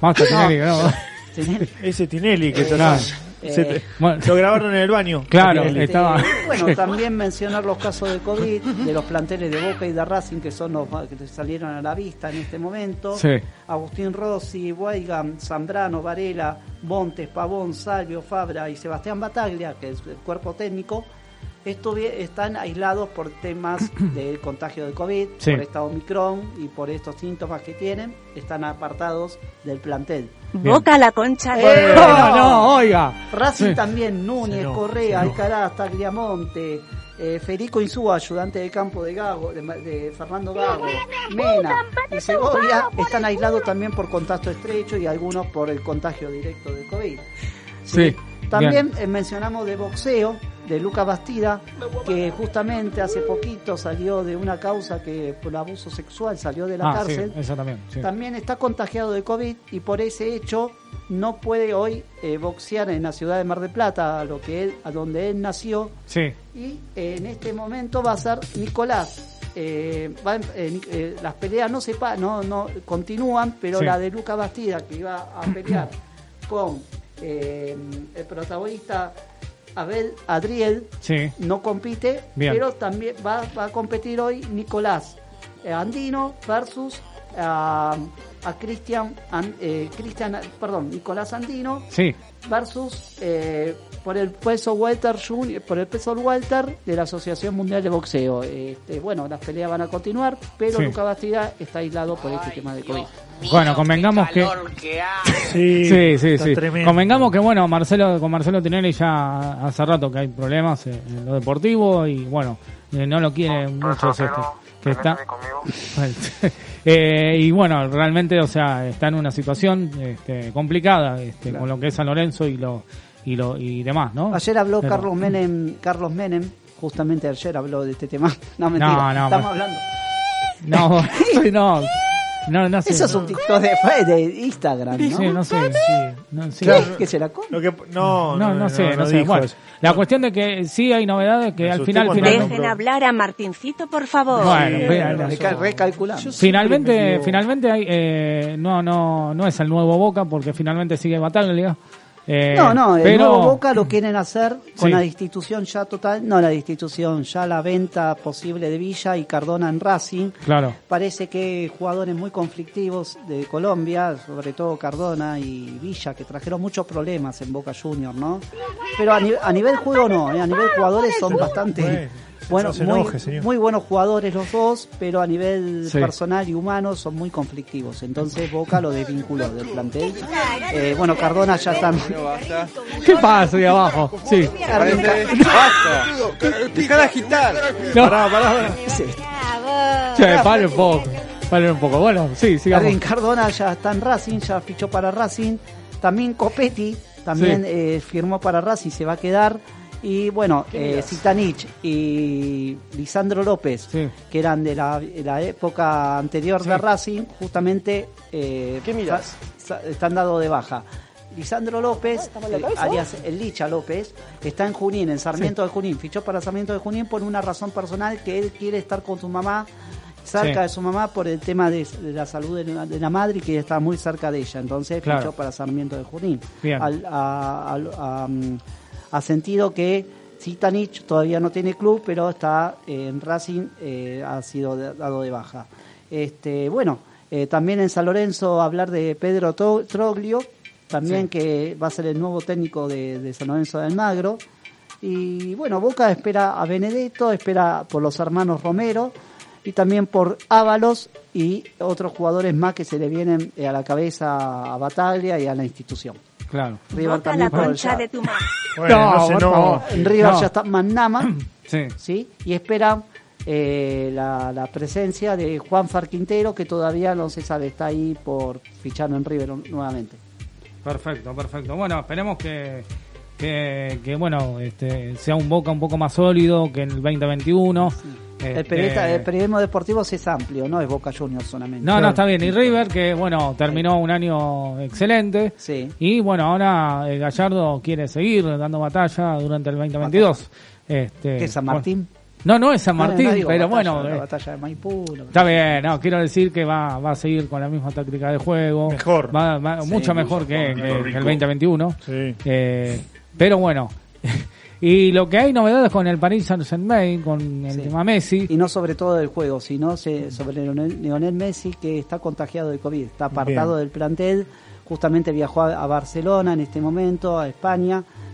C: Ese Tinelli que lo grabaron en el baño.
D: Claro,
I: estaba. Bueno, también mencionar los casos de COVID de los planteles de Boca y de Racing, que son los que salieron a la vista en este momento. Sí. Agustín Rossi, Weigand, Zambrano, Varela, Montes, Pavón, Salvio, Fabra y Sebastián Bataglia, que es el cuerpo técnico, están aislados por temas de contagio de COVID, por esta Omicron y por estos síntomas que tienen, están apartados del plantel.
E: Boca la concha
D: no, oiga.
I: Racing también, Núñez, Correa, Alcaraz, Tagliamonte, Federico Insúa, ayudante de campo de Gago, de Fernando Gago, Mena y Segovia están aislados también por contacto estrecho y algunos por el contagio directo del COVID.
D: Sí.
I: También mencionamos de boxeo, de Lucas Bastida, que justamente hace poquito salió de una causa que por abuso sexual salió de la cárcel.
D: Sí, eso también, sí.
I: También está contagiado de COVID y por ese hecho no puede hoy boxear en la ciudad de Mar del Plata, a donde él nació.
D: Sí.
I: Y en este momento va a ser Nicolás. Las peleas no continúan, pero
D: Sí.
I: la de Lucas Bastida, que iba a pelear con el protagonista Abel Adriel,
D: Sí.
I: no compite,
D: Bien.
I: pero también va a competir hoy Nicolás Andino versus a Nicolás Andino
D: Sí.
I: versus por el peso welter de la Asociación Mundial de Boxeo. Bueno, las peleas van a continuar, pero
D: Sí.
I: Lucas Bastida está aislado por este tema de COVID.
D: Bueno, convengamos que... Sí. Convengamos que, bueno, con Marcelo Tinelli ya hace rato que hay problemas en lo deportivo y, bueno, no lo quiere mucho que está... y, bueno, realmente, o sea, está en una situación complicada con lo que es San Lorenzo y demás, ¿no?
I: Ayer habló
D: Pero-
I: Carlos Menem, justamente ayer habló de este tema. No, mentira,
D: No,
I: estamos hablando.
D: No sé.
I: Eso es un TikTok de Instagram, ¿no?
D: Sí, no sé. Sí.
I: ¿Qué? ¿Que se la come?
C: No
D: sé.
C: dijo
D: Bueno,
C: eso.
D: la cuestión de que sí hay novedades que al final...
E: Dejen hablar a Martincito, por favor.
D: Bueno,
I: recalculando.
D: Finalmente hay, no es el nuevo Boca porque finalmente sigue Bataglia.
I: El
D: pero
I: nuevo Boca lo quieren hacer con
D: Sí.
I: la destitución ya la venta posible de Villa y Cardona en Racing.
D: Claro.
I: Parece que jugadores muy conflictivos de Colombia, sobre todo Cardona y Villa, que trajeron muchos problemas en Boca Juniors, ¿no? Pero a nivel juego no, a nivel jugadores son bastante... Bueno, muy buenos jugadores los dos, pero a nivel personal y humano son muy conflictivos. Entonces Boca lo desvinculó del plantel. Bueno, Cardona ya está...
D: ¿Qué pasa ahí abajo? Sí.
N: ¡Basta! ¡Dejá de agitar!
D: No.
C: Pará.
D: Paren un poco. Bueno, sí, sigamos.
I: Erwin Cardona ya está en Racing, ya fichó para Racing. También Copetti firmó para Racing, se va a quedar. Y bueno, Zitanich y Lisandro López, que eran de la época anterior de Racing, justamente están dados de baja. Lisandro López, alias el Licha López, está en Junín, en Sarmiento de Junín. Fichó para Sarmiento de Junín por una razón personal, que él quiere estar con su mamá, cerca de su mamá, por el tema de la salud de la madre, y que está muy cerca de ella. Entonces fichó para Sarmiento de Junín.
D: Bien.
I: Ha sentido que Zitanich todavía no tiene club, pero está en Racing, ha sido dado de baja. También en San Lorenzo hablar de Pedro Troglio, también que va a ser el nuevo técnico de San Lorenzo de Almagro. Y bueno, Boca espera a Benedetto, espera por los hermanos Romero y también por Ábalos y otros jugadores más que se le vienen a la cabeza a Bataglia y a la institución.
D: Claro.
I: River también
E: la concha de tu madre.
I: En River ya está Manama,
D: sí.
I: Y esperan la presencia de Juan Farquintero, que todavía no se sabe, está ahí por fichar en River nuevamente.
D: Perfecto. Bueno, esperemos que bueno, sea un Boca un poco más sólido que en el 2021.
I: El periodismo deportivo es amplio, no es Boca Juniors solamente.
D: No, está bien. Y River, que bueno, terminó un año excelente.
I: Sí.
D: Y bueno, ahora Gallardo quiere seguir dando batalla durante el 2022.
I: ¿Qué es San Martín?
D: No es San Martín,
I: no digo
D: pero
I: batalla,
D: bueno.
I: La batalla de Maipú.
D: Está bien, quiero decir que va a seguir con la misma táctica de juego.
C: Mejor.
D: Mucho mejor que el 2021.
C: Sí.
D: Pero bueno. Y lo que hay novedades con el Paris Saint-Germain, con el tema Messi.
I: Y no sobre todo del juego, sino sobre Lionel Messi, que está contagiado de COVID. Está apartado del plantel. Justamente viajó a Barcelona en este momento, a España.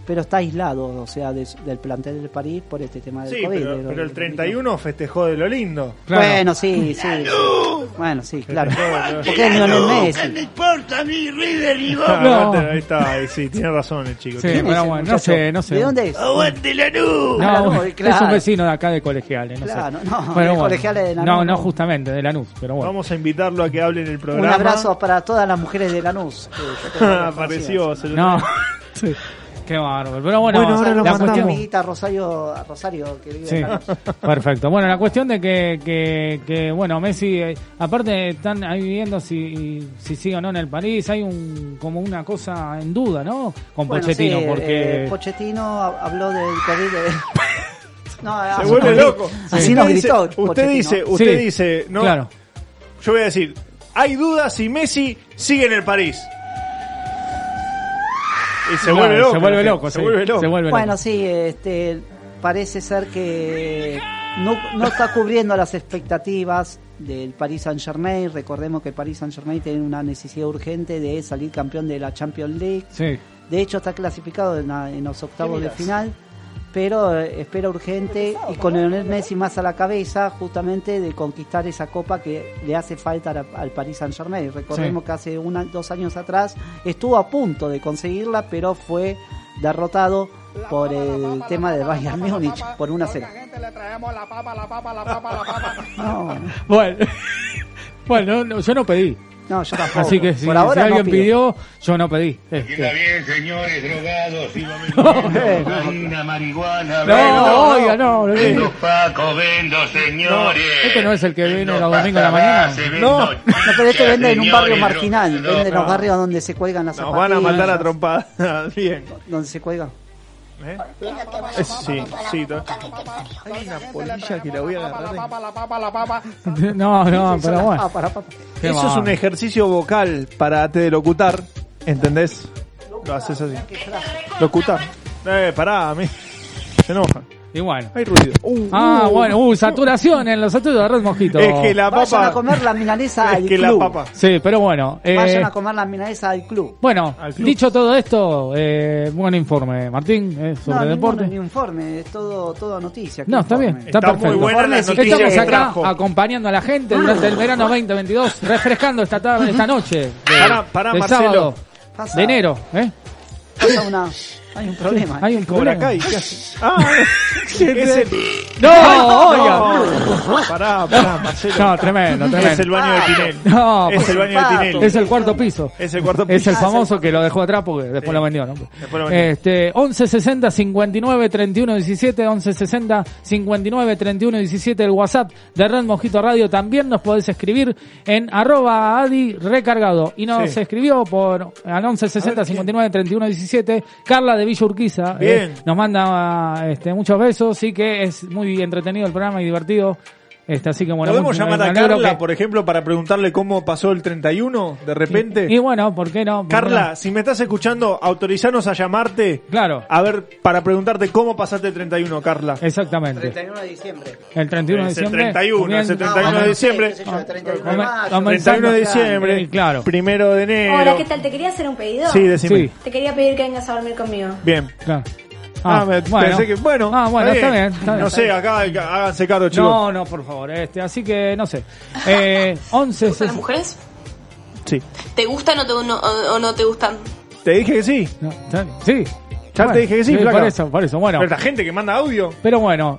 I: pero está aislado, o sea, del plantel del París por este tema del COVID.
C: Pero el 31 festejó de lo lindo.
I: Claro. Bueno, sí. Bueno, sí, claro. Porque es Lionel Messi.
H: No me importa mi River y vos.
C: Ahí está, sí, tiene razón el chico.
D: Sí, pero bueno, no sé.
I: ¿De dónde es?
H: ¡Aguante Lanús!
D: No,
I: claro.
D: es un vecino de acá de Colegiales, no
I: claro,
D: sé.
I: No,
D: pero
I: de Colegiales de Lanús.
D: No, justamente, de Lanús, pero bueno.
C: Vamos a invitarlo a que hable en el programa.
I: Un abrazo para todas las mujeres de Lanús.
C: Apareció.
D: No, sí. Qué bárbaro. Pero bueno,
I: ahora
D: la cuestión...
I: amiguita Rosario que vive
D: sí,
I: en Lanús.
D: Perfecto. Bueno, la cuestión de que bueno, Messi, aparte están ahí viendo si sigue o no en el París, hay como una cosa en duda, ¿no? Con Pochettino, sí, porque...
I: Pochettino habló del COVID
C: No, se vuelve loco.
I: Así nos gritó.
C: Usted dice, no,
D: claro.
C: Yo voy a decir, hay dudas si Messi sigue en el París. Y se vuelve loco.
I: Bueno, sí, parece ser que no está cubriendo las expectativas del Paris Saint-Germain. Recordemos que el Paris Saint-Germain tiene una necesidad urgente de salir campeón de la Champions League.
D: Sí.
I: De hecho, está clasificado en los octavos de final, pero espera urgente y con Lionel Messi más a la cabeza justamente de conquistar esa copa que le hace falta al Paris Saint-Germain. Recordemos que hace 2 años atrás estuvo a punto de conseguirla, pero fue derrotado por el tema del Bayern Múnich por 1-0.
D: No. Bueno, yo no pedí.
I: No, yo tampoco.
D: Así que si alguien pidió, yo no pedí.
H: Está bien, señores, drogados, cocaína, marihuana.
D: No.
H: Vendo Paco, vendo, señores.
D: Este no es el que viene los domingos de la mañana.
I: No, pero este vende en un barrio marginal. Vende en los barrios donde se cuelgan las zapatillas.
C: Nos van a matar a trompadas. Bien.
I: ¿Dónde se cuelgan?
C: Sí. Hay una polilla que la voy a agarrar.
D: No, pero bueno.
C: Eso es un ejercicio vocal para te locutar, ¿entendés? Lo haces así. Locutar. Pará, a mí se enoja.
D: Y bueno.
C: Hay ruido.
D: Saturación en los estudios de Red Mojito.
C: Es que la papa...
I: Vayan a comer la milanesa al club.
D: Sí, pero bueno.
I: Vayan a comer la milanesa al club.
D: Bueno, dicho todo esto, buen informe, Martín, sobre deporte.
I: No, informe, es todo noticia.
D: No, está bien, está perfecto.
C: Muy buena la noticia.
D: Estamos acá acompañando a la gente durante el verano 2022, refrescando esta noche de sábado de enero.
I: Hay un problema.
D: Hay un problema.
C: Pará, Marcelo.
D: No, tremendo.
C: Es el baño de Tinelli.
D: No,
C: es el baño de Tinelli.
D: Es el cuarto piso.
C: Es el
D: famoso que lo dejó atrás porque después lo vendió, ¿no? 1160 59 31 17, 1160 59 31 17, el WhatsApp de Red Mojito Radio. También nos podés escribir en @AdiRecargado. Y nos escribió al 1160 59 31 17 Carla de Villa Urquiza. Nos manda muchos besos, sí que es muy entretenido el programa y divertido. Así que bueno,
C: ¿podemos llamar a Carla, por ejemplo, para preguntarle cómo pasó el 31 de repente?
D: Y bueno, ¿por qué no?
C: Carla, si me estás escuchando, autorizanos a llamarte.
D: Claro.
C: A ver, para preguntarte cómo pasaste el 31, Carla.
D: Exactamente.
I: El 31 de diciembre.
D: El 31 de diciembre.
C: El 31 de diciembre. 31 de diciembre.
D: Claro.
C: 1 de enero.
K: Hola, ¿qué tal? ¿Te quería hacer un pedido?
C: Sí, decime.
K: Te quería pedir que vengas a dormir conmigo.
C: Bien.
D: Claro.
C: Pensé que,
D: está bien.
C: No sé, acá háganse cargo, chicos.
D: No, por favor. Así que, no sé. 11...
Q: ¿Te gustan las mujeres?
C: Sí.
Q: ¿Te gustan o no te gustan?
C: Te dije que sí.
D: Sí.
C: Ya te dije que sí, flaca.
D: Por eso, bueno.
C: Pero la gente que manda audio.
D: Pero bueno,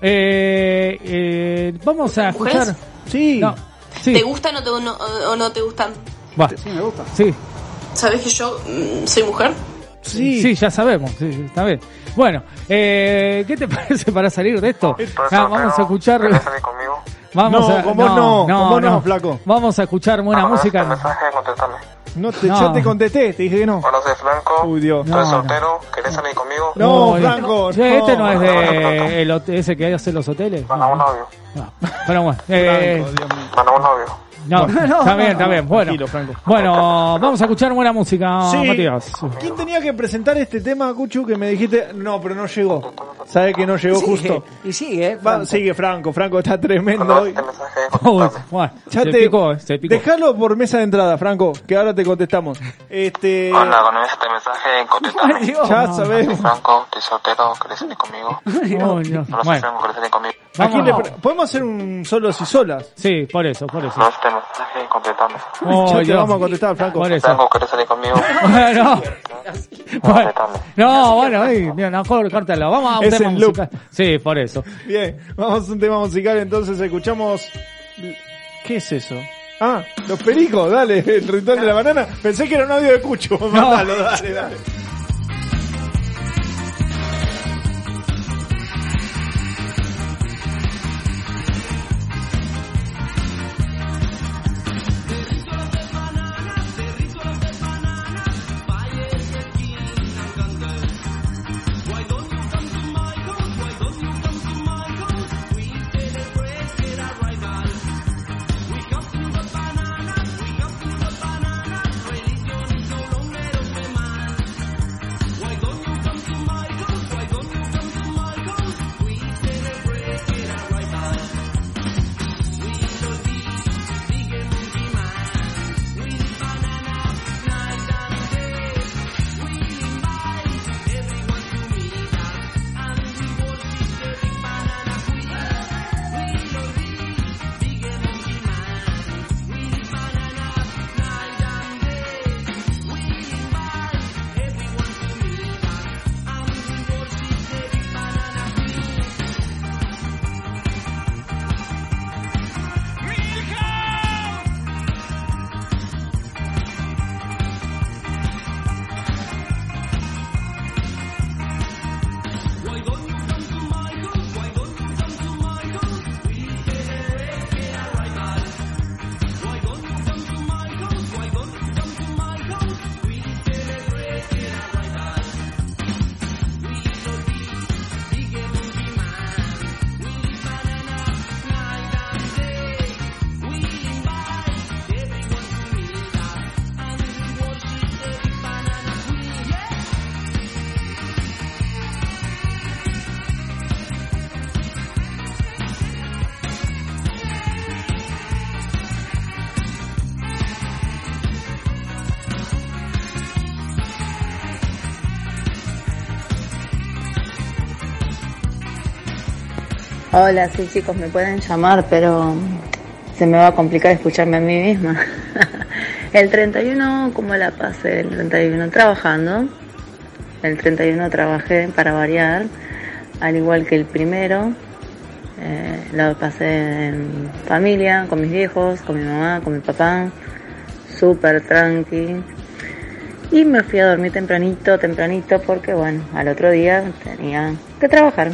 D: vamos a escuchar...
Q: ¿Mujeres?
C: Sí.
D: No, sí.
Q: ¿Te gustan o no te gustan?
D: Va.
I: Sí, me gusta.
D: Sí.
Q: ¿Sabés que yo soy mujer?
D: Sí, ya sabemos. Sí, está bien. Bueno, ¿qué te parece para salir de esto? Vamos a escuchar...
F: ¿Querés salir conmigo?
C: Vos no, flaco.
D: Vamos a escuchar buena música.
C: Yo te contesté, te dije que no.
F: Hola, soy Franco.
C: Uy, Dios.
F: ¿Tú eres soltero? ¿Querés salir conmigo?
C: No, Franco.
D: Este no es de ese que hace los hoteles.
F: Manda un novio.
D: Pero bueno.
F: Manda un novio.
D: No, está bien. Bueno, vamos a escuchar buena música, Matías.
C: ¿Quién tenía que presentar este tema, Cuchu, que me dijiste? No, pero no llegó. Sabe que no llegó justo.
I: Y sigue,
C: sigue Franco está tremendo hoy.
D: Bueno,
C: ya
D: se picó.
C: Dejalo por mesa de entrada, Franco, que ahora te contestamos.
F: Hola, con este mensaje contestame.
C: Ya sabemos.
F: Franco, estoy soltero, ¿querés salir conmigo? No soy Franco, ¿querés salir conmigo?
C: ¿Podemos hacer un solos y solas?
D: Sí, por eso.
F: No, este mensaje contestame.
C: Ya te vamos a contestar, Franco.
F: Franco, ¿querés salir conmigo?
D: Bueno, córtalo. Vamos a un tema musical. Sí, por eso.
C: Bien, vamos a un tema musical, entonces escuchamos... ¿Qué es eso? Ah, los pericos, dale, el ritual de la banana. Pensé que era un audio de Cucho. Mándalo, dale.
R: Hola, sí chicos, me pueden llamar, pero se me va a complicar escucharme a mí misma. El 31, ¿cómo la pasé? El 31 trabajando. El 31 trabajé para variar, al igual que el primero. Lo pasé en familia, con mis viejos, con mi mamá, con mi papá. Súper tranqui. Y me fui a dormir tempranito, porque bueno, al otro día tenía que trabajar.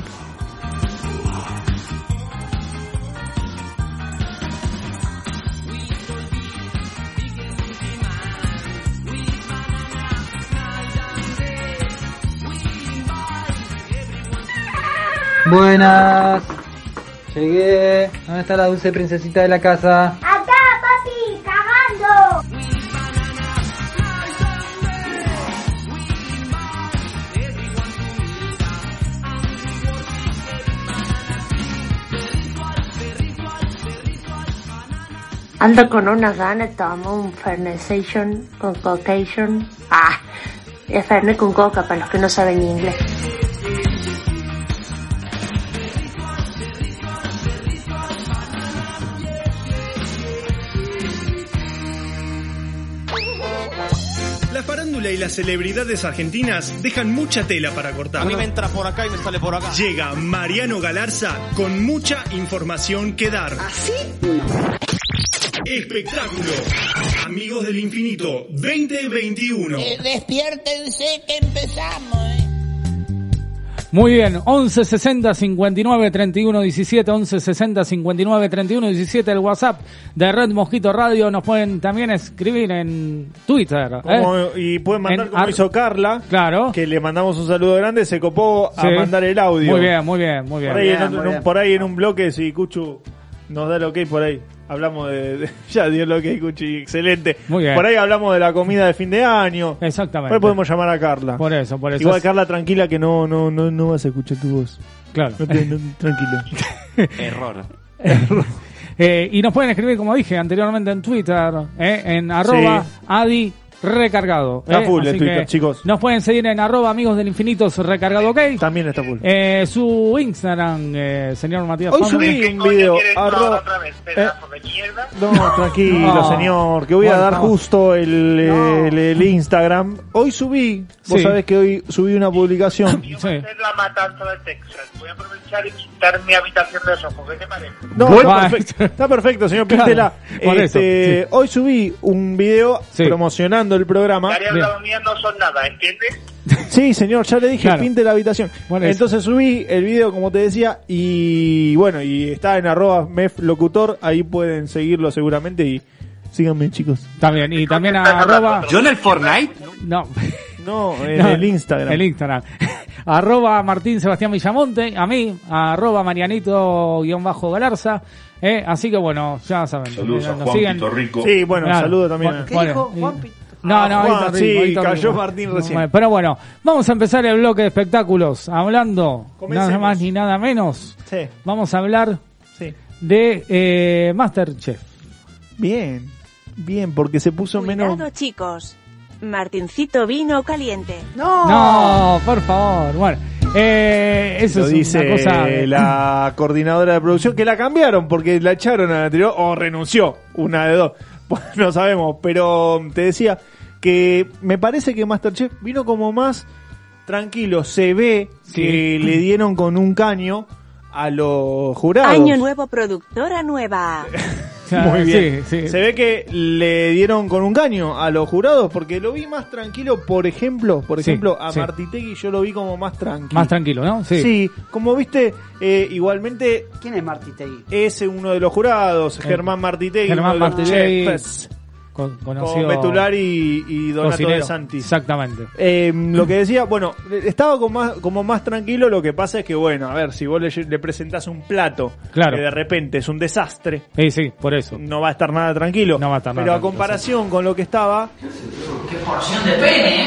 S: Buenas, llegué. ¿Dónde está la dulce princesita de la casa?
T: Acá, papi, cagando.
U: Ando con unas ganas de tomar un Fernation con Caucasian. Es Fernet con coca para los que no saben inglés.
P: La farándula y las celebridades argentinas dejan mucha tela para cortar.
V: A mí me entra por acá y me sale por acá.
P: Llega Mariano Galarza con mucha información que dar.
V: ¿Así?
P: Espectáculo. Amigos del Infinito 2021.
G: Despiértense que empezamos,
D: Muy bien, 11 60 59 31 17, 11 60 59 31 17, el WhatsApp de Red Mosquito Radio. Nos pueden también escribir en Twitter.
C: Y pueden mandar como hizo Carla,
D: claro,
C: que le mandamos un saludo grande, se copó a mandar el audio.
D: Muy bien.
C: Por ahí en un bloque, si Cuchu nos da el ok por ahí. Hablamos ya dio lo que Cuchi, excelente.
D: Muy bien.
C: Por ahí hablamos de la comida de fin de año.
D: Exactamente.
C: Hoy podemos llamar a Carla.
D: Por eso.
C: Igual Carla, tranquila que no vas a escuchar tu voz.
D: Claro.
C: Tranquilo.
N: Error.
D: Y nos pueden escribir, como dije anteriormente, en Twitter, en @Adi Recargado.
C: Está full
D: Así
C: el Twitter,
D: que
C: chicos.
D: Nos pueden seguir en @Amigos del Infinito Recargado, ¿ok?
C: También está full.
D: Su Instagram, señor Matías.
C: Hoy subí un video. No, tranquilo, señor, que voy a dar justo el Instagram. Hoy subí, vos sabés que hoy subí una publicación.
H: La matanza de Texas. Voy a aprovechar y quitar mi habitación de sofá. ¿Qué te parece?
C: No, está perfecto, señor Pintela. Hoy subí un video promocionando el programa.
H: Tareas mías no son nada, ¿entiendes?
C: Sí, señor, ya le dije, pinte la habitación. Entonces subí el video, como te decía, y bueno, y está en @meflocutor, ahí pueden seguirlo seguramente y síganme, chicos.
D: También, y también
N: ¿Yo en el Fortnite?
D: No,
C: en el Instagram.
D: El Instagram. Martín Sebastián Villamonte, a mí, @Marianito_Galarza. Así que bueno, ya saben.
H: Saludos a
D: nos
H: Juan
D: siguen.
H: Pito Rico.
C: Sí, bueno, saludo también.
I: ¿Qué dijo Juan Pito?
D: No,
C: sí, cayó Martín recién.
D: Bueno, pero bueno, vamos a empezar el bloque de espectáculos. Hablando nada más ni nada menos.
C: Sí.
D: Vamos a hablar de Masterchef.
C: Bien, porque se puso
E: Cuidado,
C: menos.
E: chicos. Martincito vino caliente.
D: No, por favor. Bueno, eso
C: lo
D: es
C: dice
D: una cosa.
C: La coordinadora de producción, que la cambiaron porque la echaron a la anterior o renunció, una de dos. No sabemos, pero te decía que me parece que Masterchef vino como más tranquilo. Se ve que le dieron con un caño a los jurados.
E: Año nuevo, productora nueva.
C: Muy bien. Se ve que le dieron con un caño a los jurados porque lo vi más tranquilo. Por ejemplo, a Martitegui yo lo vi como más tranquilo.
D: Más tranquilo, ¿no?
C: Sí, como viste, igualmente.
I: ¿Quién es Martitegui?
C: Es uno de los jurados, Germán Martitegui.
D: Germán
C: uno de los
D: Martitegui.
C: chefs.
D: Conocido
C: Con Betular y Donato
D: cocinero.
C: de Santis.
D: Exactamente.
C: Lo que decía, bueno, estaba como más tranquilo. Lo que pasa es que, bueno, a ver, si vos le presentás un plato que de repente es un desastre,
D: sí, por eso
C: no va a estar nada tranquilo.
D: No va a estar nada
C: pero
D: tranquilo,
C: a comparación con lo que estaba.
G: ¡Qué porción de pene!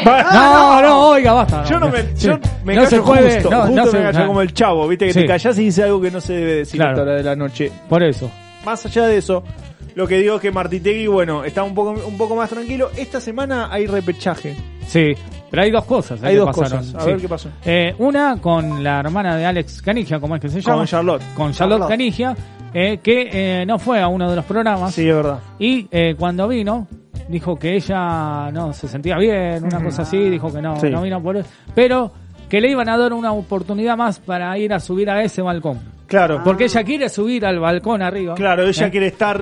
D: No, oiga, basta.
C: Yo me
D: no
C: callo
D: se puede,
C: justo me callo como el Chavo, viste, que te callás y dice algo que no se debe decir a esta hora de la noche.
D: Por eso.
C: Más allá de eso, lo que digo es que Martitegui, bueno, está un poco más tranquilo. Esta semana hay repechaje.
D: Sí, pero hay dos cosas.
C: Hay dos cosas. A ver qué pasó.
D: Una con la hermana de Alex Canigia, ¿cómo es que se llama? Con Charlotte Canigia, que no fue a uno de los programas.
C: Sí, es verdad.
D: Y cuando vino, dijo que ella no se sentía bien, una cosa así, dijo que no vino por eso. Pero que le iban a dar una oportunidad más para ir a subir a ese balcón.
C: Claro.
D: Porque ella quiere subir al balcón arriba.
C: Claro, ella quiere estar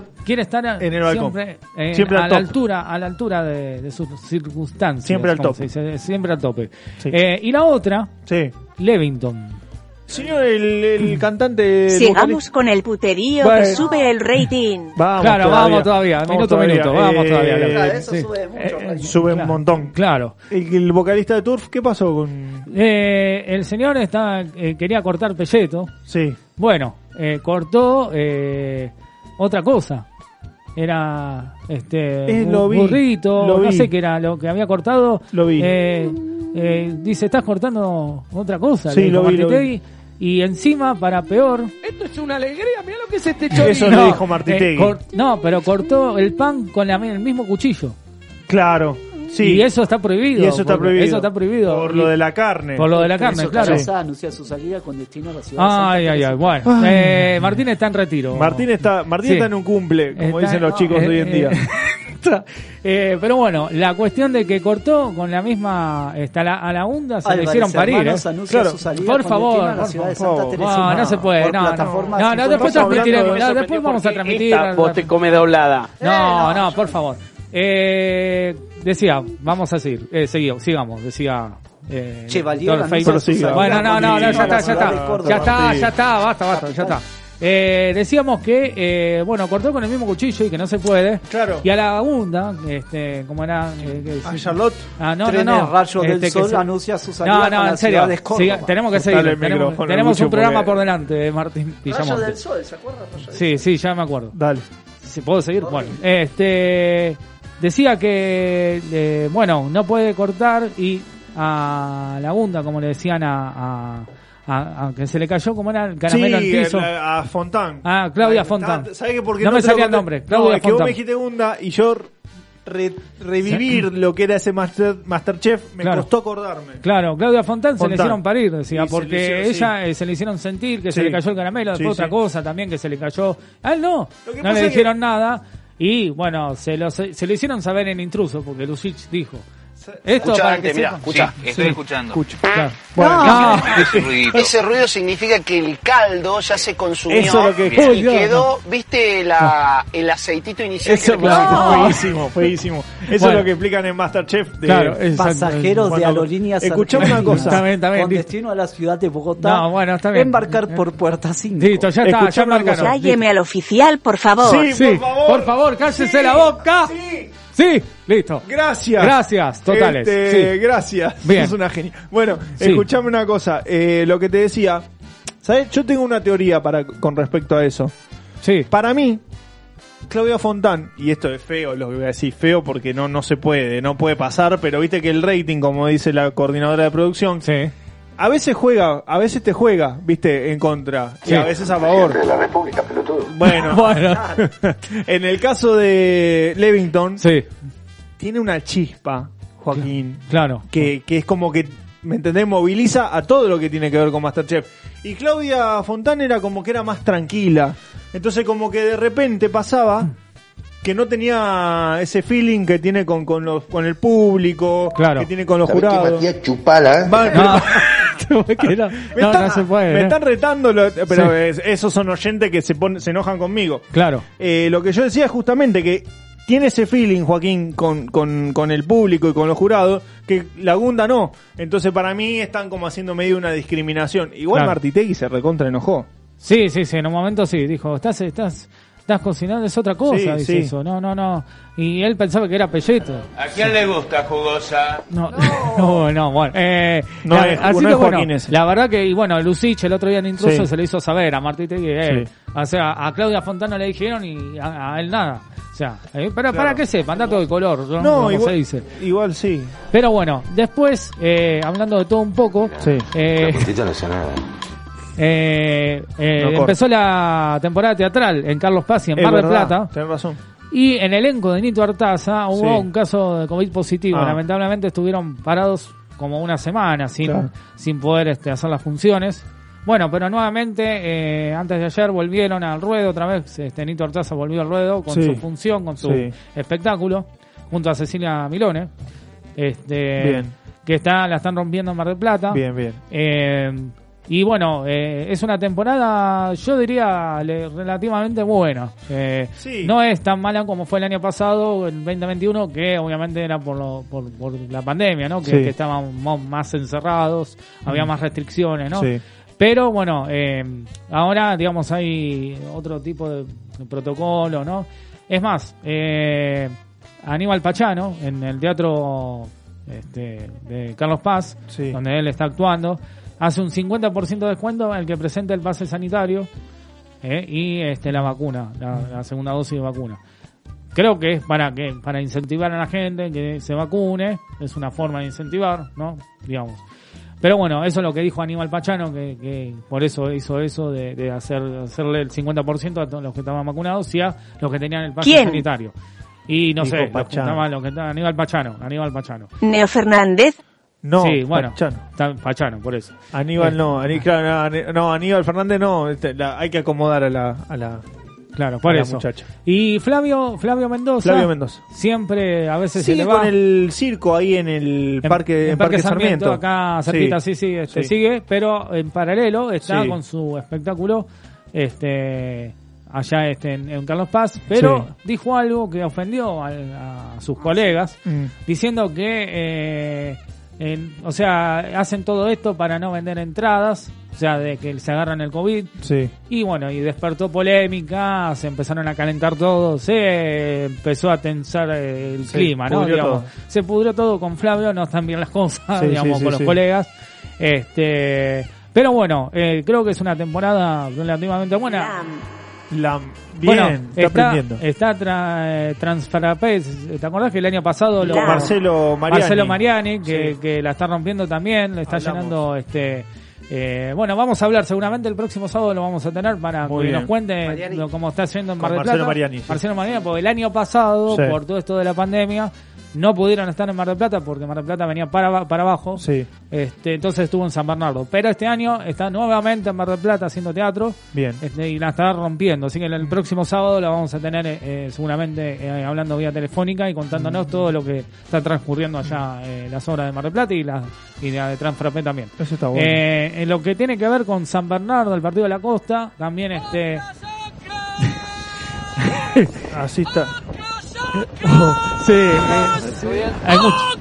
D: en
C: el balcón.
D: Siempre a la altura de sus circunstancias.
C: Siempre al tope.
D: Siempre al tope.
C: Sí.
D: Y la otra, Levington.
C: Señor, el cantante...
E: Sigamos con el puterío que sube el rating.
D: Vamos todavía. Minuto. Vamos todavía.
I: Eso sube mucho.
C: Sube un montón.
D: Claro.
C: El vocalista de Turf, ¿qué pasó con...?
D: El señor quería cortar pelleto.
C: Sí.
D: Bueno, cortó otra cosa. Era burrito, no sé qué era lo que había cortado.
C: Lo vi.
D: Dice, estás cortando otra cosa.
C: Sí, lo vi.
D: Y encima, para peor...
G: Esto es una alegría, mira lo que es este chorizo.
C: Eso lo dijo Martitegui.
D: Pero cortó el pan con el mismo cuchillo.
C: Claro. Sí.
D: Y eso está prohibido.
C: Eso está prohibido. Por lo de la carne.
D: Por lo de la carne, claro.
I: Anuncia su salida con destino a la ciudad.
D: Ay. Bueno, Martín está en retiro.
C: Martín está en un cumple, como dicen los chicos de hoy en día.
D: Pero bueno, la cuestión de que cortó con la misma a la hunda se le hicieron parir.
I: Claro.
D: Por favor, no se puede. No, después transmitiremos. Después vamos a transmitir.
N: Vos te come doblada.
D: No, por favor. Decía, vamos a seguir. Sigamos, decía.
I: ¿valió la
D: bueno, no, ya está, basta, ya está. Decíamos que, cortó con el mismo cuchillo y que no se puede.
C: Claro.
D: Y a la segunda, como era...
C: a Charlotte.
I: No. Rayos del Sol anuncia su salida con la ciudad de Córdoba.
D: Tenemos que seguir. Tenemos un programa por delante, Martín.
I: Rayos del Sol, ¿se acuerdan?
D: Sí, ya me acuerdo.
C: Dale.
D: ¿Si puedo seguir? Bueno, decía que, bueno, no puede cortar y a la Gunda, como le decían a que se le cayó, como era el caramelo al piso.
C: A Fontán.
D: Ah, Claudia Fontán.
C: ¿Sabés que porque
D: no me salía el nombre?
C: Claudia Fontán. Que vos me dijiste Gunda y yo revivir lo que era ese Masterchef me costó acordarme.
D: Claro, Claudia Fontán se le hicieron parir, decía, porque ella se le hicieron sentir que se le cayó el caramelo, después otra cosa también que se le cayó. A él no le dijeron nada y bueno, se lo hicieron saber en Intruso, porque Lucich dijo. Esto
A: escucha,
D: para que
A: mira,
F: escucha, estoy escuchando.
C: Escucho.
D: Claro.
C: Bueno,
A: ese ruido significa que el caldo ya se consumió.
C: Eso es lo que
A: y quedó, ¿viste el aceitito inicial?
C: Eso feísimo. Eso es lo que explican en Masterchef. De
I: pasajeros de aerolíneas.
C: Escuchame una cosa.
I: Con destino a la ciudad de Bogotá.
D: Está bien.
I: Embarcar por puerta 5.
D: Listo, ya está. Ya embarcaron.
E: Cálleme al oficial, por favor.
D: Sí, por favor, cállese la boca. Sí, listo. Gracias, totales.
C: Gracias.
D: Bien.
C: Es una genia. Bueno, escuchame una cosa. Lo que te decía, ¿sabes? Yo tengo una teoría con respecto a eso.
D: Sí.
C: Para mí, Claudia Fontán, y esto es feo, lo que voy a decir, feo porque no se puede, no puede pasar, pero viste que el rating, como dice la coordinadora de producción, a veces te juega, viste, en contra, y a veces a favor.
L: De la República, pelotudo.
C: Bueno. En el caso de Levington, tiene una chispa, Joaquín.
D: Claro.
C: Que es como que, ¿me entendés? Moviliza a todo lo que tiene que ver con Masterchef. Y Claudia Fontán era como que era más tranquila. Entonces como que de repente pasaba que no tenía ese feeling que tiene con el público, que tiene con los jurados.
L: Matías Chupala.
D: No se puede.
C: Me están retando, pero esos son oyentes que se enojan conmigo.
D: Claro.
C: Lo que yo decía es justamente que tiene ese feeling, Joaquín, con el público y con los jurados, que la Gunda no. Entonces para mí están como haciendo medio una discriminación. Igual Martitegui se recontra enojó.
D: Sí, en un momento dijo, estás cocinando, es otra cosa, dice eso. No. Y él pensaba que era pelleto.
F: ¿A quién le gusta jugosa?
D: No, bueno.
C: Así que bueno,
D: la verdad que, y bueno, Lucich el otro día en Intruso se le hizo saber a Martitegui, o sea, a Claudia Fontana le dijeron y a él nada. O sea, para que sepan, dato de color, ¿no? Como se dice.
C: Igual sí.
D: Pero bueno, después, hablando de todo un poco, empezó la temporada teatral en Carlos Paz y en Mar del Plata.
C: Tenés razón.
D: Y en el elenco de Nito Artaza hubo un caso de COVID positivo. Lamentablemente estuvieron parados como una semana sin poder hacer las funciones. Bueno, pero nuevamente, antes de ayer volvieron al ruedo otra vez. Nito Artaza volvió al ruedo con su función, con su espectáculo, junto a Cecilia Milone.
C: Bien.
D: Que la están rompiendo en Mar del Plata.
C: Bien.
D: Y bueno, es una temporada, yo diría, relativamente buena. No es tan mala como fue el año pasado, en 2021, que obviamente era por la pandemia, ¿no? Que estábamos más encerrados, había más restricciones, ¿no? Pero bueno, ahora, digamos, hay otro tipo de protocolo, ¿no? Es más, Aníbal Pachano, en el teatro de Carlos Paz, donde él está actuando, hace un 50% de descuento al que presente el pase sanitario y la vacuna, la segunda dosis de vacuna. Creo que es para incentivar a la gente que se vacune, es una forma de incentivar, ¿no? Digamos. Pero bueno, eso es lo que dijo Aníbal Pachano, que por eso hizo eso de hacerle el 50% a todos los que estaban vacunados y a los que tenían el pase sanitario. Y no sé, Aníbal Pachano.
E: Neo Fernández.
C: No,
D: sí, bueno,
C: Pachano,
D: por eso.
C: Aníbal Aníbal Fernández no, hay que acomodar a la
D: claro, por eso.
C: Muchacha.
D: Y Flavio Mendoza. Siempre a veces
C: sigue
D: se le va
C: con el circo ahí en el Parque Sarmiento.
D: Acá cerquita, sigue, pero en paralelo está con su espectáculo allá en Carlos Paz, pero dijo algo que ofendió a sus colegas, diciendo que o sea, hacen todo esto para no vender entradas, o sea, de que se agarran el COVID. Y bueno, y despertó polémica, se empezaron a calentar todo, se empezó a tensar el clima, ¿no? Digamos, se pudrió todo con Flavio, no están bien las cosas, digamos, con los colegas. Pero bueno, creo que es una temporada relativamente buena.
C: Bien,
D: bueno,
C: está aprendiendo.
D: Está Transferapes. ¿Te acordás que el año pasado
C: Marcelo
D: Mariani que la está rompiendo también, le está llenando bueno, vamos a hablar seguramente el próximo sábado, lo vamos a tener para que nos cuente cómo está haciendo en Mar del Plata. Marcelo Mariani, porque el año pasado, por todo esto de la pandemia, no pudieron estar en Mar del Plata porque Mar del Plata venía para abajo. Sí. Entonces estuvo en San Bernardo. Pero este año está nuevamente en Mar del Plata haciendo teatro. Bien. Y la está rompiendo. Así que el próximo sábado la vamos a tener seguramente hablando vía telefónica y contándonos todo lo que está transcurriendo allá, las obras de Mar del Plata y la de Transfrapé también. Eso está bueno. En lo que tiene que ver con San Bernardo, el partido de la Costa, también
C: así está.
D: Sí, hay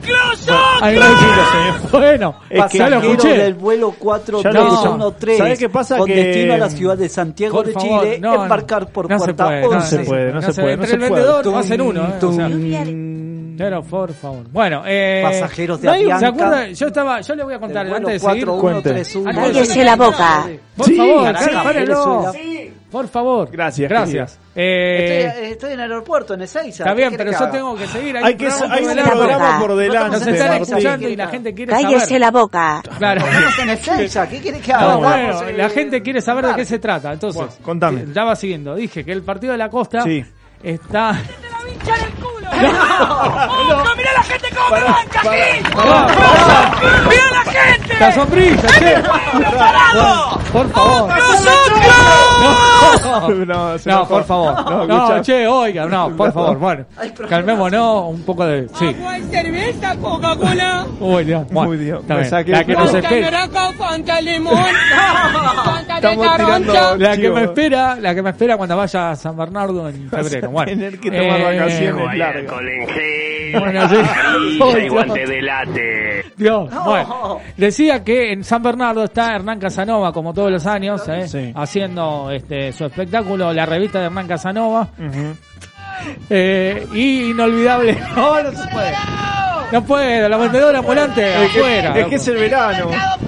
D: mucho. Bueno,
I: ya lo escuché. Del vuelo 4313
C: ¿sabes qué pasa?
I: Con destino a la ciudad de Santiago de Chile, embarcar por puerta 11.
C: No se puede.
D: Entre el vendedor no hacen uno. Pero por favor. Bueno,
I: pasajeros de Avianca.
D: ¿Se acuerdan? Yo le voy a contar antes de seguir.
E: Cállese la boca.
D: Por favor, párenlo. Por favor.
C: Gracias.
I: Estoy en el aeropuerto, en Ezeiza.
D: Está bien, pero yo tengo que seguir.
C: Hay un programa por delante.
D: Nos están escuchando y la gente quiere saber.
E: Cállese la boca.
D: Claro.
I: Estamos en Ezeiza. ¿Qué quiere que haga?
D: Bueno, la gente quiere saber de qué se trata. Entonces,
C: contame.
D: Ya va siguiendo. Dije que el partido de la Costa está...
T: ¡No! ¡Mira la gente cómo me banca aquí! ¡Mira la gente!
D: ¡La sombrilla, che! ¡Por favor! No, por favor. No, che, oiga, no, por favor. Bueno, calmémonos un poco de... Sí.
T: ¿Agua y cerveza, Coca-Cola?
D: Uy, Dios.
C: Muy Dios.
D: La que nos espera...
T: Fanta limón.
C: Estamos tirando...
D: La que me espera cuando vaya a San Bernardo en febrero. Bueno.
C: Tener que tomar vacaciones largas.
D: Bueno,
B: y guante de late.
D: Dios, bueno. Decía que en San Bernardo está Hernán Casanova, como todos los años, haciendo su espectáculo, la revista de Hernán Casanova. Y inolvidable. No se puede. No puedo, la vendedora ambulante afuera.
C: Es que es el verano.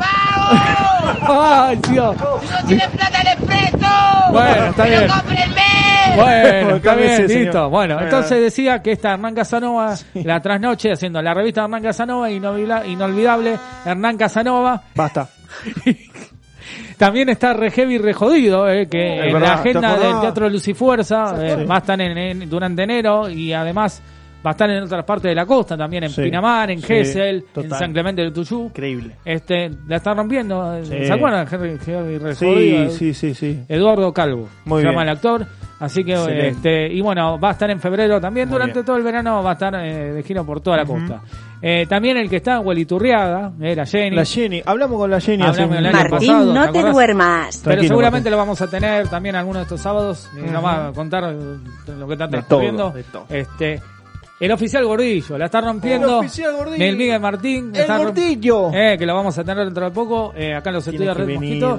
D: Ay, Dios.
T: No tiene plata, le presto.
D: Bueno, está bien. Bueno, está bien,
C: señor.
D: listo. Bueno, entonces decía que está Hernán Casanova, la trasnoche, haciendo la revista de Hernán Casanova, inolvidable Hernán Casanova.
C: Basta.
D: También está Re Heavy Re Jodido, que en la agenda del Teatro Luz y Fuerza va a estar durante enero y además va a estar en otras partes de la costa, también en Pinamar, en Gesell, en San Clemente del Tuyú.
C: Increíble.
D: La está rompiendo. ¿Se acuerdan? Heavy Re
C: Jodido. Sí.
D: Eduardo Calvo se llama el actor. Así que, y bueno, va a estar en febrero también. Durante todo el verano va a estar de giro por toda la costa. También el que está en Hueliturriaga, la Jenny.
C: La Jenny, hablamos con la Jenny hace un año
E: Martín,
C: pasado,
E: no te duermas.
D: Pero seguramente lo vamos a tener también algunos de estos sábados. Nos va a contar lo que está transcurriendo. El oficial Gordillo, la está rompiendo. El Miguel Martín.
C: El Gordillo.
D: Que lo vamos a tener dentro de poco. Acá en los estudios Red Mosquito.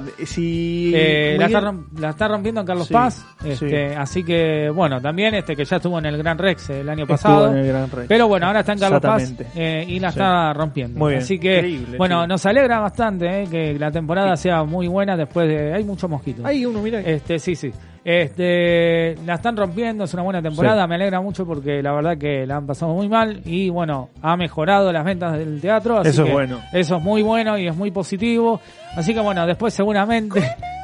D: La está rompiendo en Carlos Paz. Así que, bueno, también que ya estuvo en el Gran Rex el año pasado. Pero bueno, ahora está en Carlos Paz. Y la está rompiendo.
C: Muy bien.
D: Así que,
C: increíble,
D: bueno, nos alegra bastante que la temporada sea muy buena después de... Hay muchos mosquitos.
C: Hay uno, mira.
D: Sí. La están rompiendo, es una buena temporada, me alegra mucho porque la verdad que la han pasado muy mal y bueno, ha mejorado las ventas del teatro, así
C: eso
D: que
C: es bueno.
D: Eso es muy bueno y es muy positivo, así que bueno, después seguramente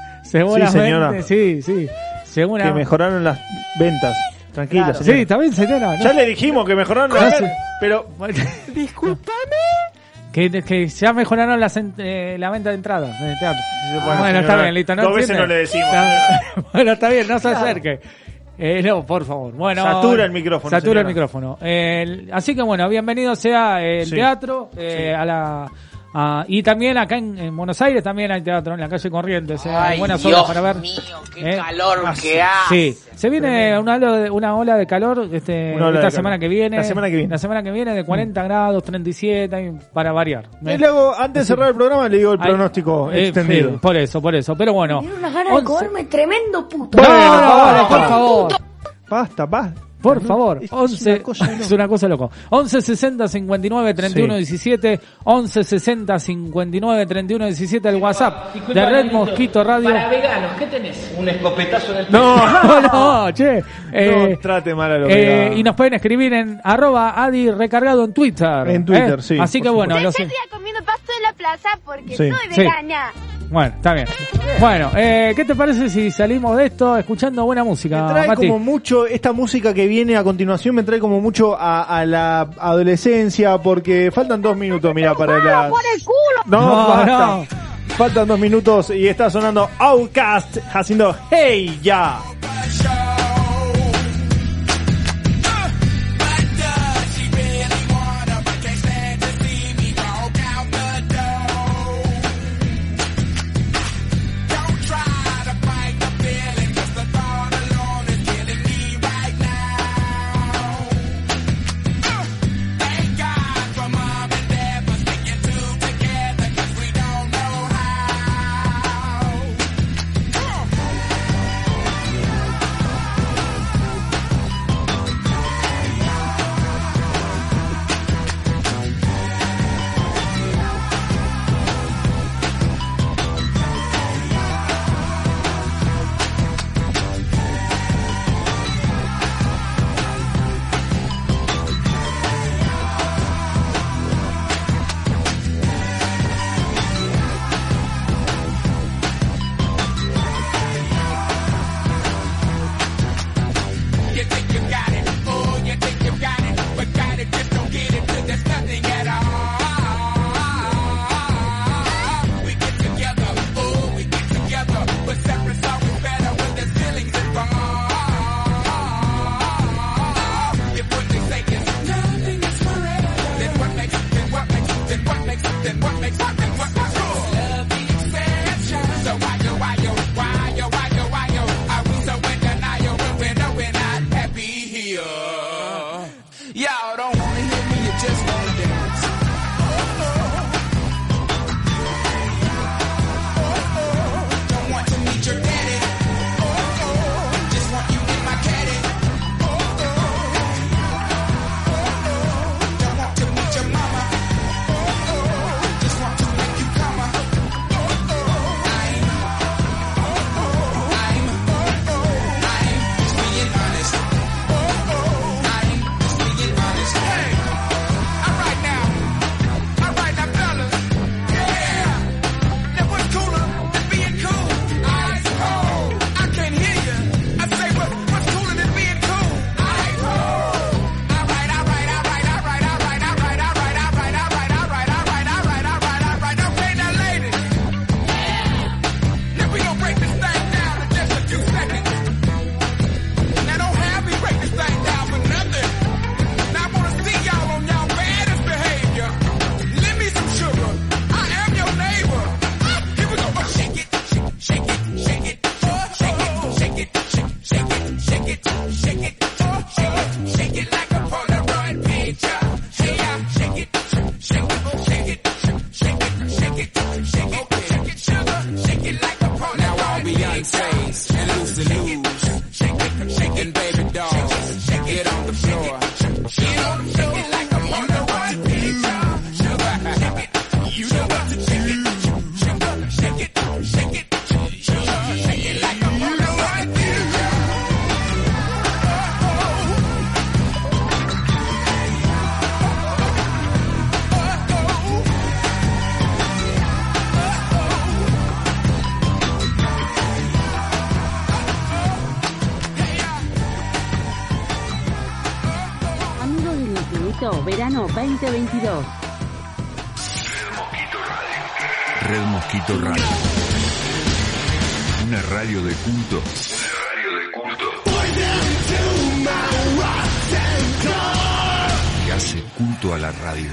C: que mejoraron las ventas. Tranquila,
D: claro. Sí, está bien, señora, ¿no?
C: Ya le dijimos que mejoraron las ventas, pero
D: discúlpame. Que ya mejoraron la venta de entradas en el teatro. Bueno, está bien, listo.
C: Dos veces no le decimos.
D: Bueno, está bien, no se acerque. No, por favor. Bueno,
C: satura el micrófono.
D: Así que bueno, bienvenido sea el teatro y también acá en Buenos Aires también hay teatro en la calle Corrientes. Hay buenas obras para ver.
G: Dios mío, qué calor que hace.
D: Sí, se viene una ola de calor esta semana que viene. La semana que viene de 40 grados, 37, para variar.
C: Y luego, antes de cerrar el programa, le digo el pronóstico extendido.
D: Sí, por eso. Pero bueno.
T: Me dieron unas ganas de comerme tremendo puto.
D: Bueno, por favor.
C: Basta.
D: Por favor, 11, es una cosa loco. 11 60 59 31 17, 11 60 59 31 17, el WhatsApp de Red Mosquito Radio.
G: Para veganos, ¿qué tenés?
N: Un escopetazo en el
D: No, che.
C: No trate mal a los veganos.
D: Y nos pueden escribir en @Adi Recargado en Twitter.
C: En Twitter, sí.
D: Así que bueno.
K: Yo estoy comiendo pasto en la plaza porque soy vegana.
D: Bueno, está bien. Bueno, ¿qué te parece si salimos de esto escuchando buena música,
C: Me trae
D: Mati?
C: como mucho, esta música que viene a continuación me trae como mucho a la adolescencia, porque faltan 2 minutos, mira, para la...
K: ¡Por el culo!
C: No, basta. Faltan 2 minutos y está sonando Outkast haciendo Hey Ya.
J: Verano 2022.
M: Red Mosquito Radio. Una radio de culto. Que hace culto a la radio.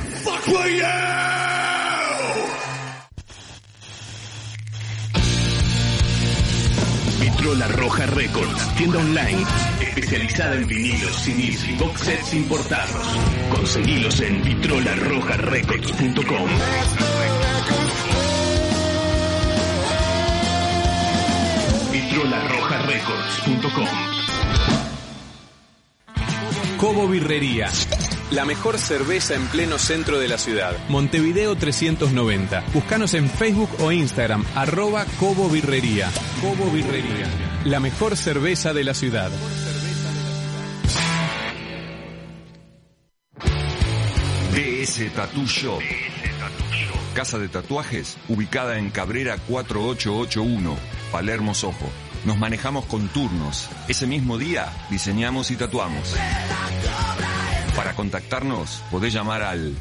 B: Vitrola Roja Records, tienda online especializada en vinilos, CDs y box sets importados. Conseguilos en vitrolarrojarecords.com. vitrolarrojarecords.com.
O: Cobo Birrería. La mejor cerveza en pleno centro de la ciudad. Montevideo 390. Búscanos en Facebook o Instagram, @Cobo Birrería. Cobo Birrería. La mejor cerveza de la ciudad.
M: DS Tattoo Shop. Casa de tatuajes ubicada en Cabrera 4881, Palermo, Soho. Nos manejamos con turnos. Ese mismo día diseñamos y tatuamos. Para contactarnos podés llamar al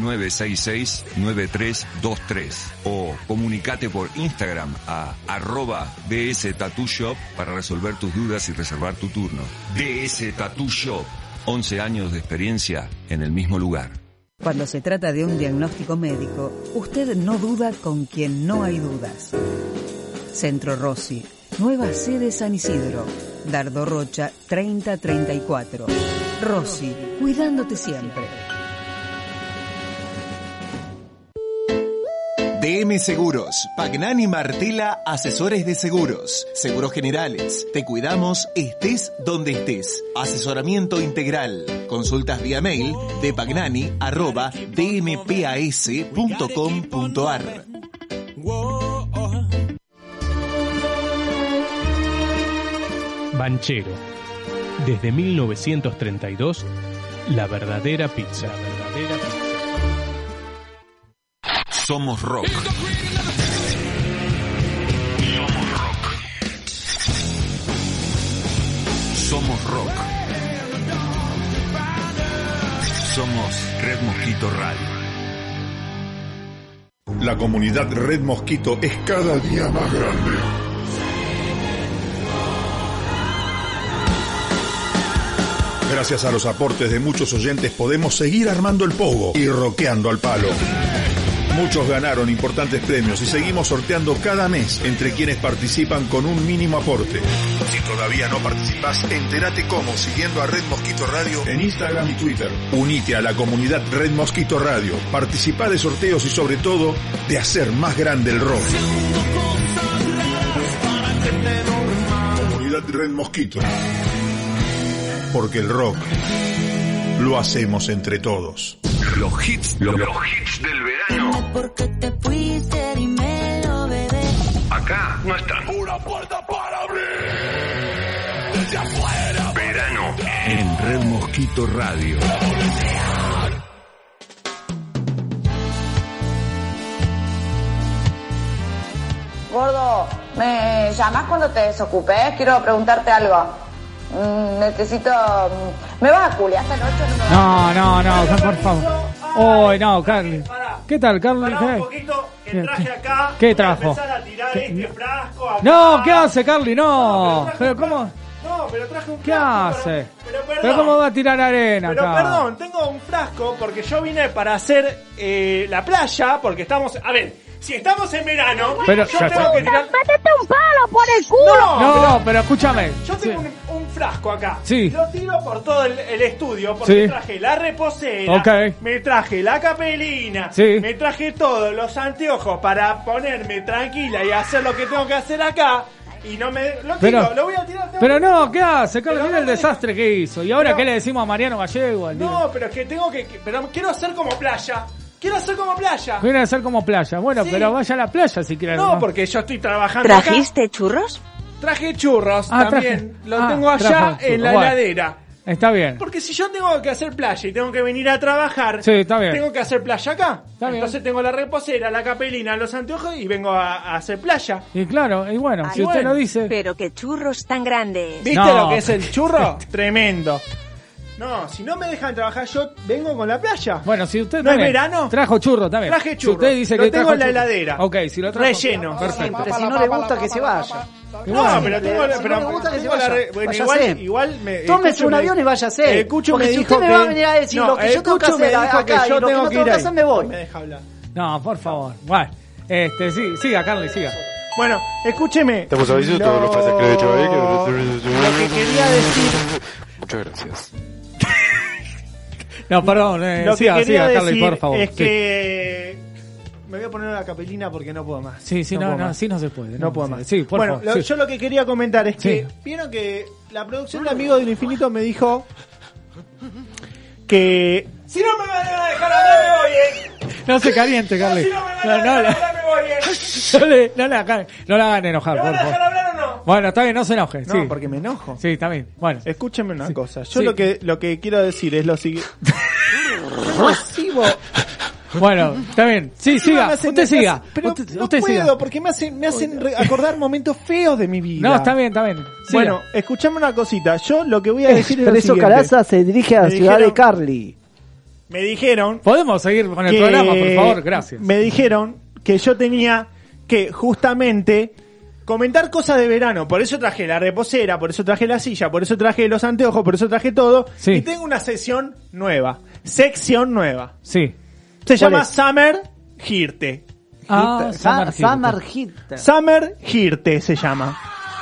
M: 3966-9323 o comunicate por Instagram a @DS Tattoo Shop para resolver tus dudas y reservar tu turno. DS Tattoo Shop, 11 años de experiencia en el mismo lugar.
Q: Cuando se trata de un diagnóstico médico, usted no duda con quien no hay dudas. Centro Rossi, nueva sede San Isidro, Dardo Rocha 3034. Rossi, cuidándote siempre.
W: DM Seguros, Pagnani Martela, asesores de seguros, seguros generales. Te cuidamos, estés donde estés. Asesoramiento integral. Consultas vía mail de pagnani@dmpas.com.ar.
B: Banchero. Desde 1932, la verdadera pizza.
M: Somos rock. Somos rock. Somos Red Mosquito Radio.
X: La comunidad Red Mosquito es cada día más grande. Gracias a los aportes de muchos oyentes podemos seguir armando el pogo y rockeando al palo. Muchos ganaron importantes premios y seguimos sorteando cada mes entre quienes participan con un mínimo aporte. Si todavía no participás, entérate cómo siguiendo a Red Mosquito Radio en Instagram y Twitter. Unite a la comunidad Red Mosquito Radio, participá de sorteos y sobre todo de hacer más grande el rock. Comunidad Red Mosquito. Porque el rock lo hacemos entre todos.
M: Los hits del verano.
T: Porque te fuiste, dímelo, bebé.
M: Acá no están.
T: Una puerta para abrir. Desde afuera.
M: Verano en Red Mosquito Radio.
R: Gordo, ¿me llamás cuando te desocupes? Quiero preguntarte algo. Necesito... ¿Me vas a culiar esta noche?
D: No, por favor. Oh, no, Carly. ¿Qué tal, Carly?
C: Pará un poquito, que traje acá.
D: ¿Qué trajo?
C: Empezar a tirar este frasco acá.
D: No, ¿qué hace, Carly? No.
C: Pero
D: ¿cómo?
C: No, pero traje un frasco.
D: ¿Qué hace?
C: Pero
D: ¿Pero cómo va a tirar arena
C: pero
D: acá?
C: perdón, tengo un frasco porque yo vine para hacer la playa, porque estamos... A ver, si estamos en verano,
D: pero,
C: yo tengo que tirar...
T: ¡Métete un palo por el culo!
D: No, pero escúchame.
C: Yo tengo un frasco acá.
D: Sí.
C: Lo tiro por todo el estudio porque
D: Sí.
C: traje la reposera,
D: Ok.
C: me traje la capelina,
D: Sí.
C: me traje todos los anteojos para ponerme tranquila y hacer lo que tengo que hacer acá. Y no me... Lo tiro, lo voy a tirar.
D: Pero no, ¿qué hace, Carlos? Mira el
C: no,
D: desastre que hizo. ¿Y ahora
C: pero-
D: qué le decimos a Mariano Gallego?
C: No, pero es que tengo que... Pero quiero hacer como playa. Quiero hacer como playa.
D: Quiere hacer como playa. Bueno,
C: Sí.
D: pero vaya a la playa si quiere.
C: No, porque yo estoy trabajando
E: ¿Trajiste churros?
C: acá. Traje churros
D: Ah,
C: también.
D: traje-
C: Lo tengo allá
D: trajo
C: en la
D: churros. Bueno.
C: heladera.
D: Está bien.
C: Porque si yo tengo que hacer playa y tengo que venir a trabajar,
D: Sí, está bien.
C: tengo que hacer playa acá.
D: bien.
C: Entonces tengo la reposera, la capelina, los anteojos y vengo a hacer playa.
D: Y claro, y bueno,
C: Ay,
D: si usted
C: bueno.
D: lo dice.
E: Pero qué churros tan grandes.
C: ¿Viste
D: No.
C: lo que es el churro? Tremendo. No, si no me dejan trabajar, yo vengo con la playa.
D: Bueno, si usted
C: ¿No es
D: también
C: verano?
D: trajo churro también.
C: Traje
D: Si
C: churro.
D: usted dice
C: Lo
D: que
C: tengo
D: trajo
C: en la
D: churro.
C: heladera.
D: Ok, si lo trajo.
C: Relleno.
D: Perfecto.
I: Pero si no le gusta que se vaya.
C: No, pero tengo
I: Si no le gusta que se
C: tengo la
I: vaya.
C: bueno,
I: Váyase.
C: igual me
I: Tómese
C: Cucho
I: un
C: me-
I: avión y váyase.
C: Cucho
I: Porque
C: me
I: si
C: dijo
I: usted me va a
C: que-
I: venir a decir
C: no,
I: lo que yo tengo que
C: Cucho me
I: hacer
C: dijo
I: acá
C: que
I: y
C: yo
I: lo que
C: tengo
I: no
C: que
I: tengo
C: ir
I: que
C: ahí.
I: hacer, me voy.
C: Me deja hablar.
D: No, por favor. Bueno, sí, siga, Carly, siga.
C: Bueno, escúcheme.
Y: Estamos avisando todo lo que pasa que lo he hecho ahí.
C: Lo que quería decir...
Y: Muchas gracias.
D: No, perdón,
C: Lo que
D: siga,
C: quería
D: Carly,
C: decir
D: por favor.
C: es
D: Sí.
C: que... Me voy a poner la capelina porque no puedo más.
D: Sí,
C: puedo
D: no,
C: más.
D: sí no se puede.
C: No puedo más.
D: Sí, por
C: bueno,
D: favor. Sí.
C: yo lo que quería comentar es que
D: Sí.
C: vieron que la producción de Amigos del Infinito me dijo que... Si no me van a dejar hablar, me voy,
D: No se caliente, Carly.
C: Si no me van a dejar hablar, me voy,
D: No la hagan enojar,
C: ¿Me
D: por
C: van a dejar
D: favor.
C: hablar o no?
D: Bueno, está bien, no se enoje.
C: No,
D: Sí.
C: porque me enojo.
D: Sí, está bien. Bueno.
C: Escúcheme una cosa. Yo
D: Sí.
C: lo que quiero decir es lo siguiente. Recibo...
D: Bueno, está bien. Sí, siga. Usted siga.
C: Pero
D: usted
C: no
D: siga.
C: puedo, porque me hacen acordar momentos feos de mi vida.
D: No, está bien, está bien. Siga.
C: Bueno, escuchame una cosita. Yo lo que voy a decir es lo
I: Expreso
C: siguiente.
I: Caraza se dirige a la ciudad de Carly.
C: Me dijeron...
D: Podemos seguir con el
C: que-
D: programa, por favor, gracias.
C: Me dijeron que yo tenía que justamente comentar cosas de verano. Por eso traje la reposera, por eso traje la silla, por eso traje los anteojos, por eso traje todo.
D: Sí.
C: Y tengo una sección nueva. Sección nueva.
D: Sí.
C: Se llama
I: es?
C: Summer Hirte.
I: Summer Hit.
C: Summer Hirte se llama.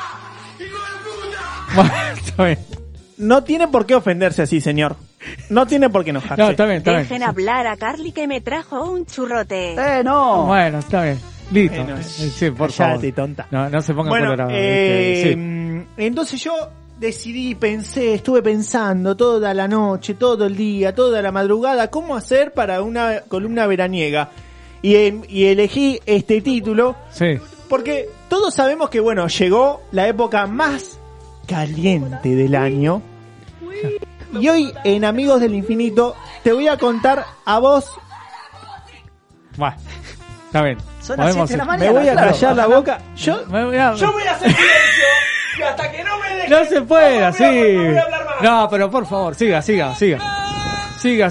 D: Bueno, está bien.
C: No tiene por qué ofenderse así, señor. No tiene por qué enojarse.
D: No, está bien, está bien.
E: Dejen hablar a Carly que me trajo un churrote.
I: No.
D: Bueno, está bien. Listo.
C: Bueno,
D: Sí, por
C: cállate,
D: favor.
C: tonta.
D: No se ponga
C: Bueno,
D: colorado.
C: entonces yo decidí, estuve pensando toda la noche, todo el día, toda la madrugada, cómo hacer para una columna veraniega. Y elegí este título
D: Sí.
C: porque todos sabemos que, bueno, llegó la época más caliente del año. Y hoy en Amigos del Infinito te voy a contar a vos.
D: Bueno, está bien.
I: Son las 7 de la mañana.
C: Me voy a
I: claro.
C: callar la boca. Yo
D: voy a
C: voy a hacer silencio y hasta que no me dejen.
D: No se puede así.
C: No voy a hablar más.
D: No, pero por favor, siga. Siga.
I: sigue.
D: Siga.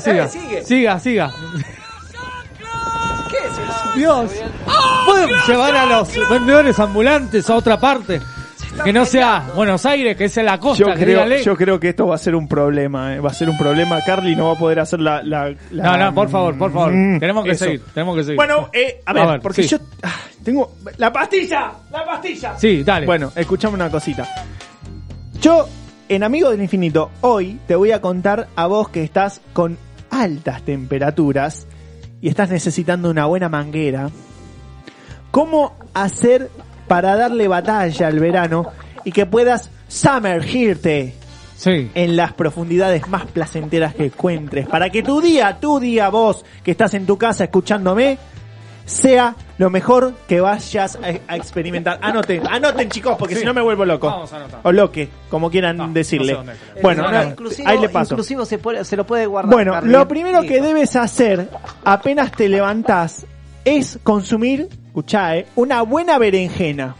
I: ¿Qué es eso?
D: Dios. ¿Pueden llevar a los vendedores ambulantes a otra parte? Que no sea Buenos Aires, que sea la costa.
C: Yo creo que esto va a ser un problema. Va a ser un problema. Carly no va a poder hacer la...
D: No, por favor. Tenemos que
C: eso.
D: seguir.
C: Bueno, a ver, porque
D: sí.
C: yo tengo... ¡La pastilla!
D: Sí, dale.
C: Bueno, escuchame una cosita. Yo, en Amigos del Infinito, hoy te voy a contar a vos que estás con altas temperaturas y estás necesitando una buena manguera, cómo hacer para darle batalla al verano y que puedas sumergirte en las profundidades más placenteras que encuentres, para que tu día vos que estás en tu casa escuchándome, sea lo mejor que vayas a experimentar. Anoten chicos, porque si no me vuelvo loco.
D: Vamos a anotar.
C: O loque, como quieran decirle.
D: No sé dónde.
C: Bueno, ahí le paso.
I: Inclusivo se lo puede guardar.
C: Bueno,
I: Carly.
C: lo primero que
I: Listo.
C: debes hacer apenas te levantás es consumir, escuchá, una buena berenjena.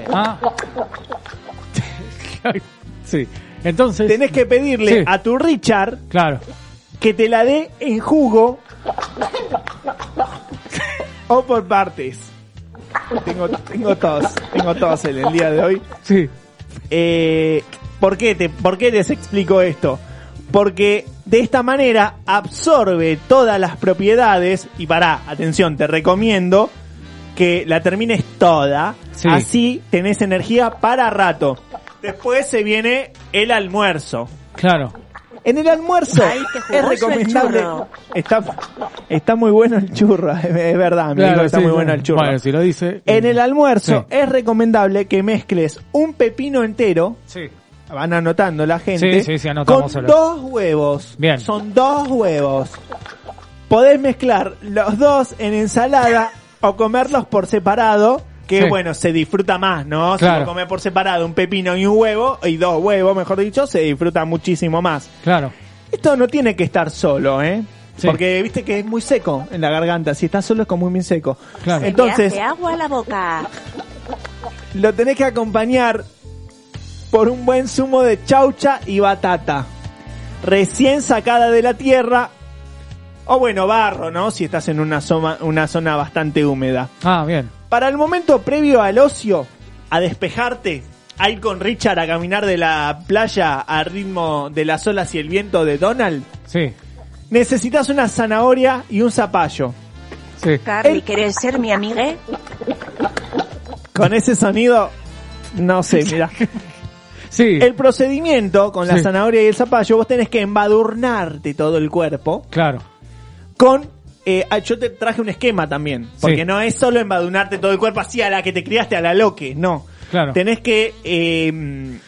D: Sí. Entonces
C: tenés que pedirle
D: Sí.
C: a tu Richard
D: Claro.
C: que te la dé en jugo o por partes. Tengo tos en el día de hoy.
D: Sí.
C: ¿Por qué les explico esto? Porque de esta manera absorbe todas las propiedades y atención, te recomiendo que la termines toda,
D: Sí.
C: así tenés energía para rato. Después se viene el almuerzo.
D: Claro.
C: En el almuerzo
E: Ay, qué
C: es
E: jugoso
C: recomendable.
E: el churro.
C: Está muy bueno el churro, es verdad, me dijo que está muy bueno el churro.
D: Bueno, si lo dice.
C: En el almuerzo
D: Sí.
C: es recomendable que mezcles un pepino entero.
D: Sí.
C: Van anotando la gente.
D: Sí, anotamos.
C: Con 2 huevos.
D: Bien.
C: Son 2 huevos. Podés mezclar los dos en ensalada o comerlos por separado. Que
D: Sí.
C: bueno, se disfruta más, ¿no?
D: Claro.
C: Si lo comes por separado, un pepino y un huevo, y 2 huevos, mejor dicho, se disfruta muchísimo más.
D: Claro.
C: Esto no tiene que estar solo, ¿eh?
D: Sí.
C: Porque viste que es muy seco en la garganta. Si está solo es como muy seco.
D: Claro.
C: Entonces,
E: Me hace agua a la boca.
C: lo tenés que acompañar por un buen zumo de chaucha y batata. Recién sacada de la tierra. O bueno, barro, ¿no? Si estás en una zona bastante húmeda.
D: Ah, bien.
C: Para el momento previo al ocio, a despejarte, a ir con Richard a caminar de la playa al ritmo de las olas y el viento de Donald,
D: Sí.
C: necesitas una zanahoria y un zapallo.
D: Sí.
E: Carly, ¿querés ser mi amiga?
C: Con ese sonido, no sé, mira.
D: Sí.
C: El procedimiento con la
D: Sí.
C: zanahoria y el zapallo, vos tenés que embadurnarte todo el cuerpo
D: Claro.
C: con... yo te traje un esquema también, porque
D: Sí.
C: no es solo embadurnarte todo el cuerpo así a la que te criaste, a la loque, no.
D: Claro.
C: Tenés que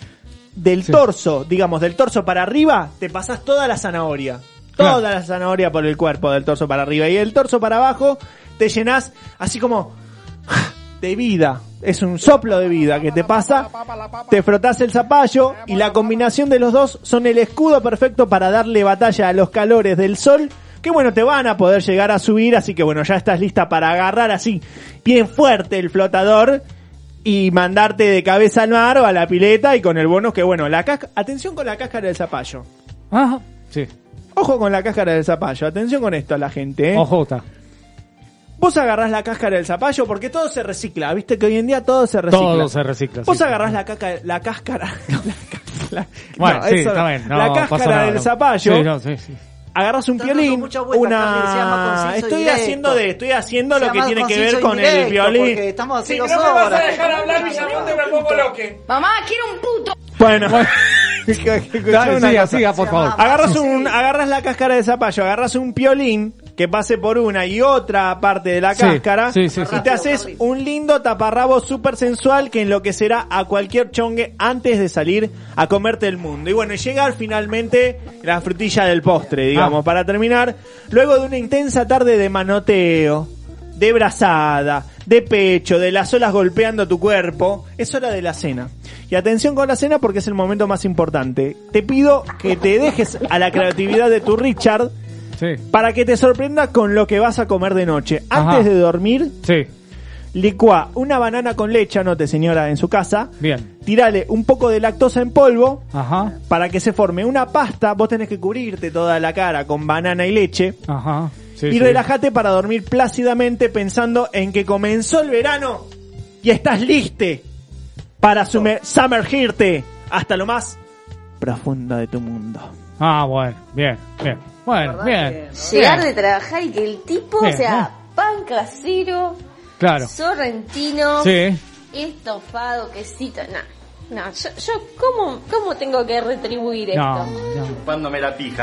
C: del torso, digamos, del torso para arriba, te pasás toda la zanahoria. Toda la zanahoria por el cuerpo, del torso para arriba. Y el torso para abajo, te llenás así como de vida. Es un soplo de vida que te pasa. Te frotás el zapallo y la combinación de los dos son el escudo perfecto para darle batalla a los calores del sol. Que bueno, te van a poder llegar a subir. Así que bueno, ya estás lista para agarrar así bien fuerte el flotador y mandarte de cabeza al mar o a la pileta. Y con el bonus que bueno, atención con la cáscara del zapallo.
D: Ajá, sí.
C: Ojo con la cáscara del zapallo, atención con esto a la gente,
D: Ojo, está.
C: Vos agarrás la cáscara del zapallo porque todo se recicla, viste que hoy en día todo se recicla.
D: Todo se recicla.
C: Vos
D: sí,
C: agarrás
D: sí.
C: la cáscara.
D: Bueno, sí, está bien. No,
C: la cáscara del zapallo.
D: Sí, sí.
C: Agarras un violín, estoy haciendo lo que tiene que ver con el violín.
I: Estamos
C: sí,
I: no
C: me vas a dejar hablar, Villamonte, me pongo loque.
G: Mamá, quiero un puto.
C: Bueno.
D: Siga, por favor.
C: Agarras la cáscara de zapallo, agarras un piolín que pase por una y otra parte de la cáscara y te haces un lindo taparrabo súper sensual que enloquecerá a cualquier chongue antes de salir a comerte el mundo. Y bueno, llega finalmente la frutilla del postre, digamos, para terminar. Luego de una intensa tarde de manoteo, de brazada, de pecho, de las olas golpeando tu cuerpo, es hora de la cena. Y atención con la cena porque es el momento más importante. Te pido que te dejes a la creatividad de tu Richard para que te sorprenda con lo que vas a comer de noche. Antes de dormir, licúa una banana con leche, anote señora en su casa.
D: Bien.
C: Tírale un poco de lactosa en polvo para que se forme una pasta. Vos tenés que cubrirte toda la cara con banana y leche. Y relájate para dormir plácidamente pensando en que comenzó el verano y estás liste para sumergirte hasta lo más profundo de tu mundo.
D: Bueno, bien. Bueno, bien.
H: Llegar de trabajar y que el tipo, pan casero, sorrentino, estofado, quesito, no, yo ¿cómo tengo que retribuir esto?
F: Chupándome la pija.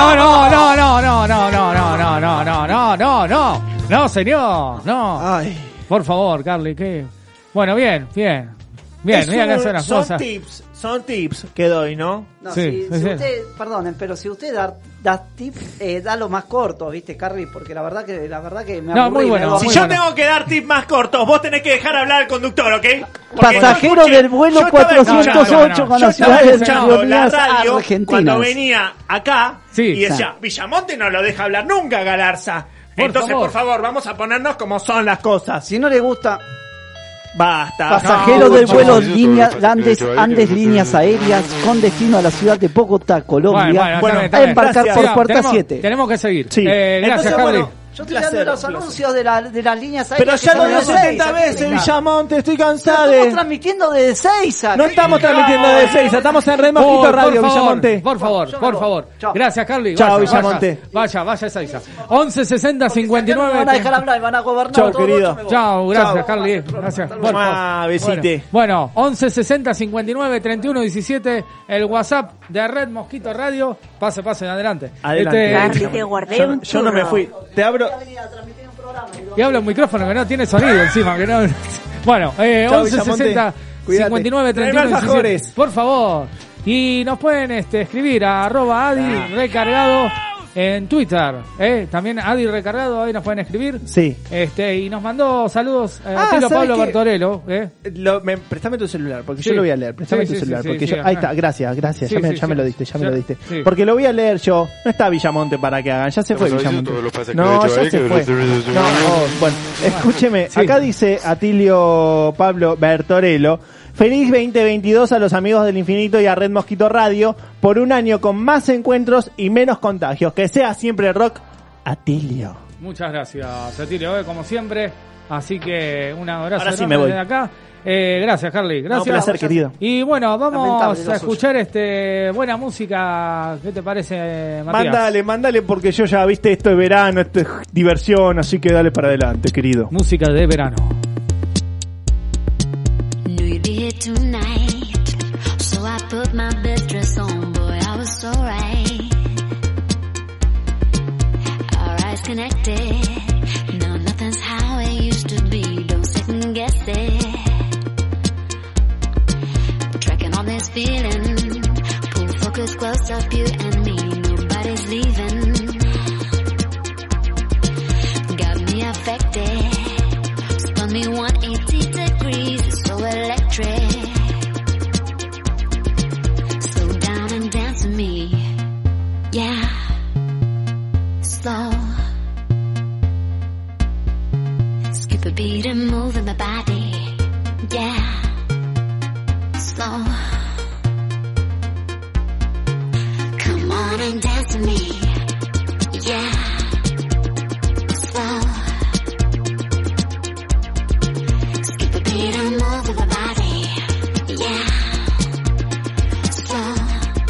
D: No, señor, no.
C: Ay.
D: Por favor, Carly, ¿qué? Bueno, bien, hacer las cosas.
C: Son tips que doy, ¿no?
I: No, si usted, perdonen, pero si usted da tips, da lo más corto, ¿viste, Carly? Porque la verdad que me aburrí.
D: Muy bueno.
C: Si yo tengo que dar tips más cortos, vos tenés que dejar hablar al conductor, ¿ok?
I: Porque pasajero del vuelo 408 con la ciudad de
C: la radio
I: Argentina.
C: Cuando venía acá y decía, Villamonte no lo deja hablar nunca, Galarza. Entonces, por favor, vamos a ponernos como son las cosas.
I: Si no le gusta...
C: Basta.
I: Pasajero del vuelo Andes Líneas Aéreas con destino a la ciudad de Bogotá, Colombia. A embarcar por puerta 7.
D: Tenemos que seguir.
C: Gracias, Carly.
I: Yo estoy dando los anuncios de las líneas aéreas.
C: Pero ya lo dio 70 veces, Villamonte, estoy cansado.
I: Estamos transmitiendo de Ezeiza.
C: No estamos transmitiendo de Ezeiza, estamos en Red Mosquito Radio, Villamonte.
D: Por favor. Gracias, Carly.
C: Chao, Villamonte.
D: Vaya Ezeiza. 1160 59.
I: Van a dejar hablar, van a gobernar.
C: Chao, querido.
D: Chao, gracias, Carly. Gracias.
C: Besite.
D: Bueno, 1160 59 31 17, el WhatsApp de Red Mosquito Radio. Pase, adelante.
E: Carly, te guardé un
C: Yo no me fui. Te abro.
D: Y habla un micrófono que no tiene sonido encima. Que no... Bueno, 1160 59 31 17. Por favor. Y nos pueden escribir a @AdiRecargado en Twitter. También Adi Recargado, ahí nos pueden escribir.
C: Sí.
D: Y nos mandó saludos a Pablo Bertorello.
C: Préstame tu celular, porque yo lo voy a leer. Préstame tu celular, porque yo... Ahí está, gracias. Ya me lo diste. Sí. Porque lo voy a leer yo. No está Villamonte para que hagan. Ya se fue Villamonte. No, ya se fue. Bueno, escúcheme. Acá dice Atilio Pablo Bertorello: feliz 2022 a los amigos del infinito y a Red Mosquito Radio por un año con más encuentros y menos contagios. Que sea siempre rock, Atilio.
D: Muchas gracias, Atilio, como siempre. Así que un abrazo.
C: Ahora sí me voy.
D: Desde acá. Gracias, Carly. Gracias.
C: Un placer, querido.
D: Y bueno, vamos a escuchar buena música. ¿Qué te parece, Matías?
C: Mándale, porque yo ya, viste, esto es verano, esto es diversión, así que dale para adelante, querido.
D: Música de verano.
P: Tonight, so I put my best dress on, boy, I was so right. Our eyes connected, no, nothing's how it used to be, don't second guess it. Tracking on this feeling, Keep a beat and move in my body. Yeah. Slow. Come on and dance with me. Yeah. Slow. Skip a beat and move in my body. Yeah. Slow.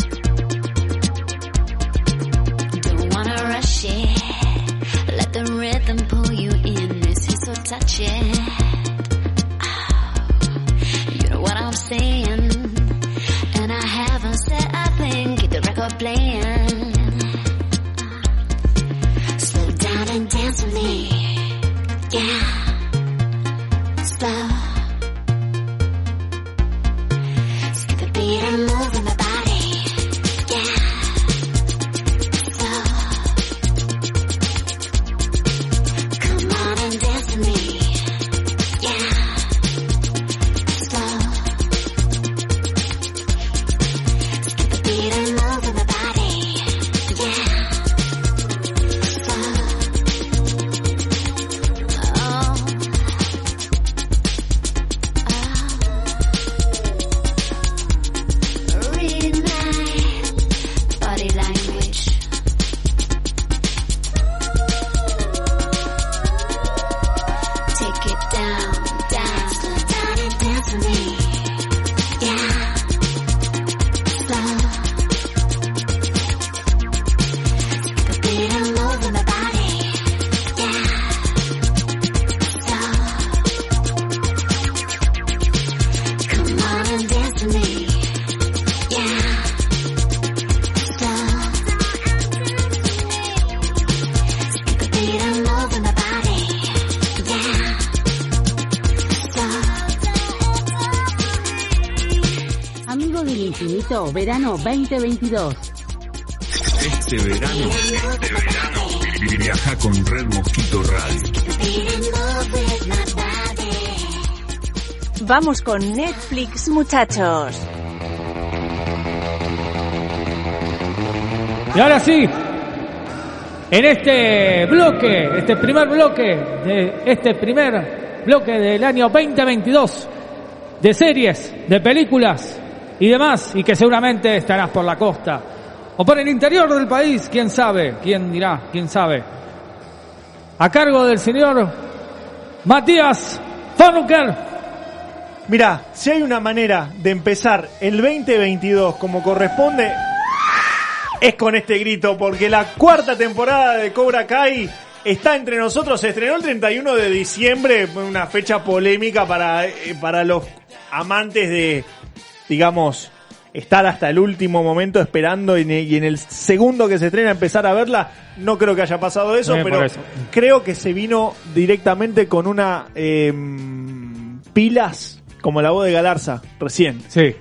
P: Don't wanna rush it. Let the rhythm pull you in. This is so touching. You know what I'm saying? And I haven't said a thing. Keep the record playing. Slow down and dance with me. Yeah. Slow. Skip the beat and move in my body. Yeah. Slow. Come on and dance with me. Yeah. Slow. Skip the beat and move in my body. Yeah. Slow. Oh. Read my body language. Take it down, down, slow down and dance with me. Yeah. Slow. The beat and move in my body. Yeah. Slow. Come on and dance with me. Yeah. Slow. The beat and move in my body. Yeah. Slow.
J: Amigo del Infinito, verano 2022.
M: Este verano, viaja con Red Mosquito Radio.
E: Vamos con Netflix, muchachos.
D: Y ahora sí, en este primer bloque del año 2022, de series, de películas y demás, y que seguramente estarás por la costa o por el interior del país, quién sabe, quién dirá, quién sabe. A cargo del señor Matías Farrucker.
C: Mirá, si hay una manera de empezar el 2022 como corresponde, es con este grito, porque la cuarta temporada de Cobra Kai está entre nosotros. Se estrenó el 31 de diciembre, una fecha polémica para los amantes de, digamos, estar hasta el último momento esperando y en el segundo que se estrena empezar a verla. No creo que haya pasado eso, pero creo que se vino directamente con una pilas como la voz de Galarza recién.
D: Sí.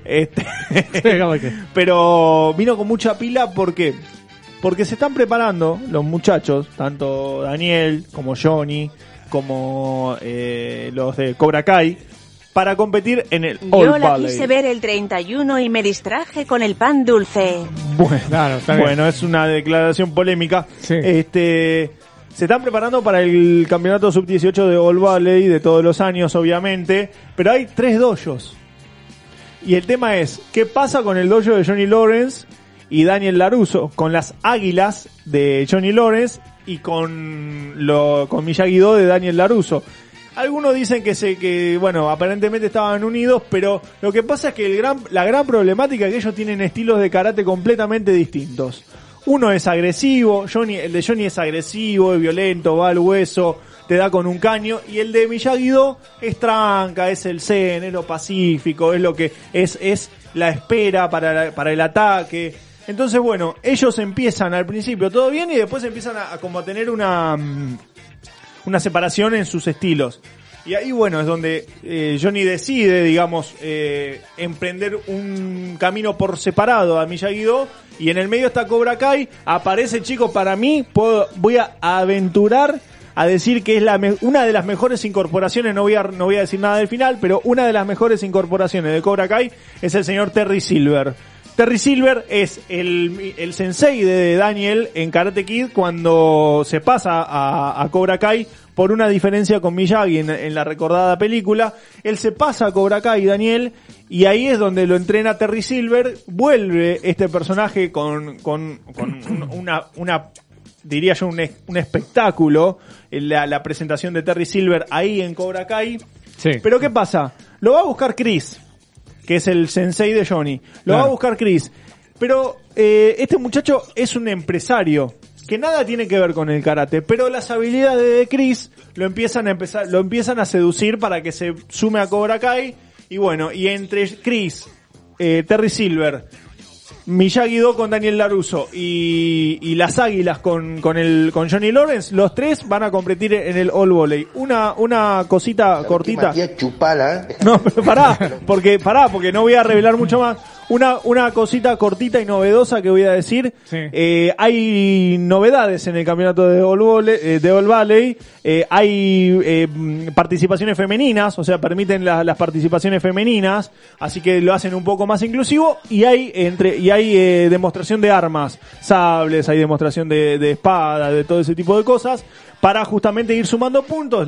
C: Pero vino con mucha pila porque se están preparando los muchachos, tanto Daniel como Johnny, como los de Cobra Kai, para competir en el All
E: Yo la
C: Valley.
E: quise ver el 31 y me distraje con el pan dulce.
C: Bueno, es una declaración polémica.
D: Sí.
C: Se están preparando para el campeonato sub-18 de All Valley de todos los años, obviamente, pero hay 3 dojos. Y el tema es, ¿qué pasa con el dojo de Johnny Lawrence y Daniel LaRusso? Con las águilas de Johnny Lawrence y con Miyagi-Do de Daniel LaRusso. Algunos dicen que bueno, aparentemente estaban unidos, pero lo que pasa es que la gran problemática es que ellos tienen estilos de karate completamente distintos. Uno es agresivo, el de Johnny es agresivo, es violento, va al hueso, te da con un caño, y el de Miyagi-Do es tranca, es el zen, es lo pacífico, es lo que es la espera para el ataque. Entonces, bueno, ellos empiezan al principio todo bien y después empiezan a como a tener una separación en sus estilos. Y ahí, bueno, es donde Johnny decide, digamos, emprender un camino por separado a Miyagi-Do, y en el medio está Cobra Kai. Aparece, chicos, para mí, voy a aventurar a decir que es una de las mejores incorporaciones, no voy a decir nada del final, pero una de las mejores incorporaciones de Cobra Kai es el señor Terry Silver, Terry Silver es el sensei de Daniel en Karate Kid cuando se pasa a Cobra Kai por una diferencia con Miyagi en la recordada película. Él se pasa a Cobra Kai, Daniel, y ahí es donde lo entrena Terry Silver. Vuelve este personaje con una diría yo, un espectáculo, la presentación de Terry Silver ahí en Cobra Kai. Sí. Pero ¿qué pasa? Lo va a buscar Chris, que es el sensei de Johnny. Lo va a buscar Chris. Pero este muchacho es un empresario que nada tiene que ver con el karate, pero las habilidades de Chris lo empiezan a seducir para que se sume a Cobra Kai. Y bueno, y entre Chris, Terry Silver, Miyagi-Do con Daniel LaRusso y las Águilas con Johnny Lawrence, los tres van a competir en el All Volley. Una cosita cortita.
A: Chupala, ¿eh?
C: No, pero pará, porque no voy a revelar mucho más. Una cosita cortita y novedosa que voy a decir. Sí. Hay novedades en el campeonato de All Volley. Hay participaciones femeninas, o sea, permiten las participaciones femeninas, así que lo hacen un poco más inclusivo. Y hay demostración de armas, sables, hay demostración de espada, de todo ese tipo de cosas, para justamente ir sumando puntos.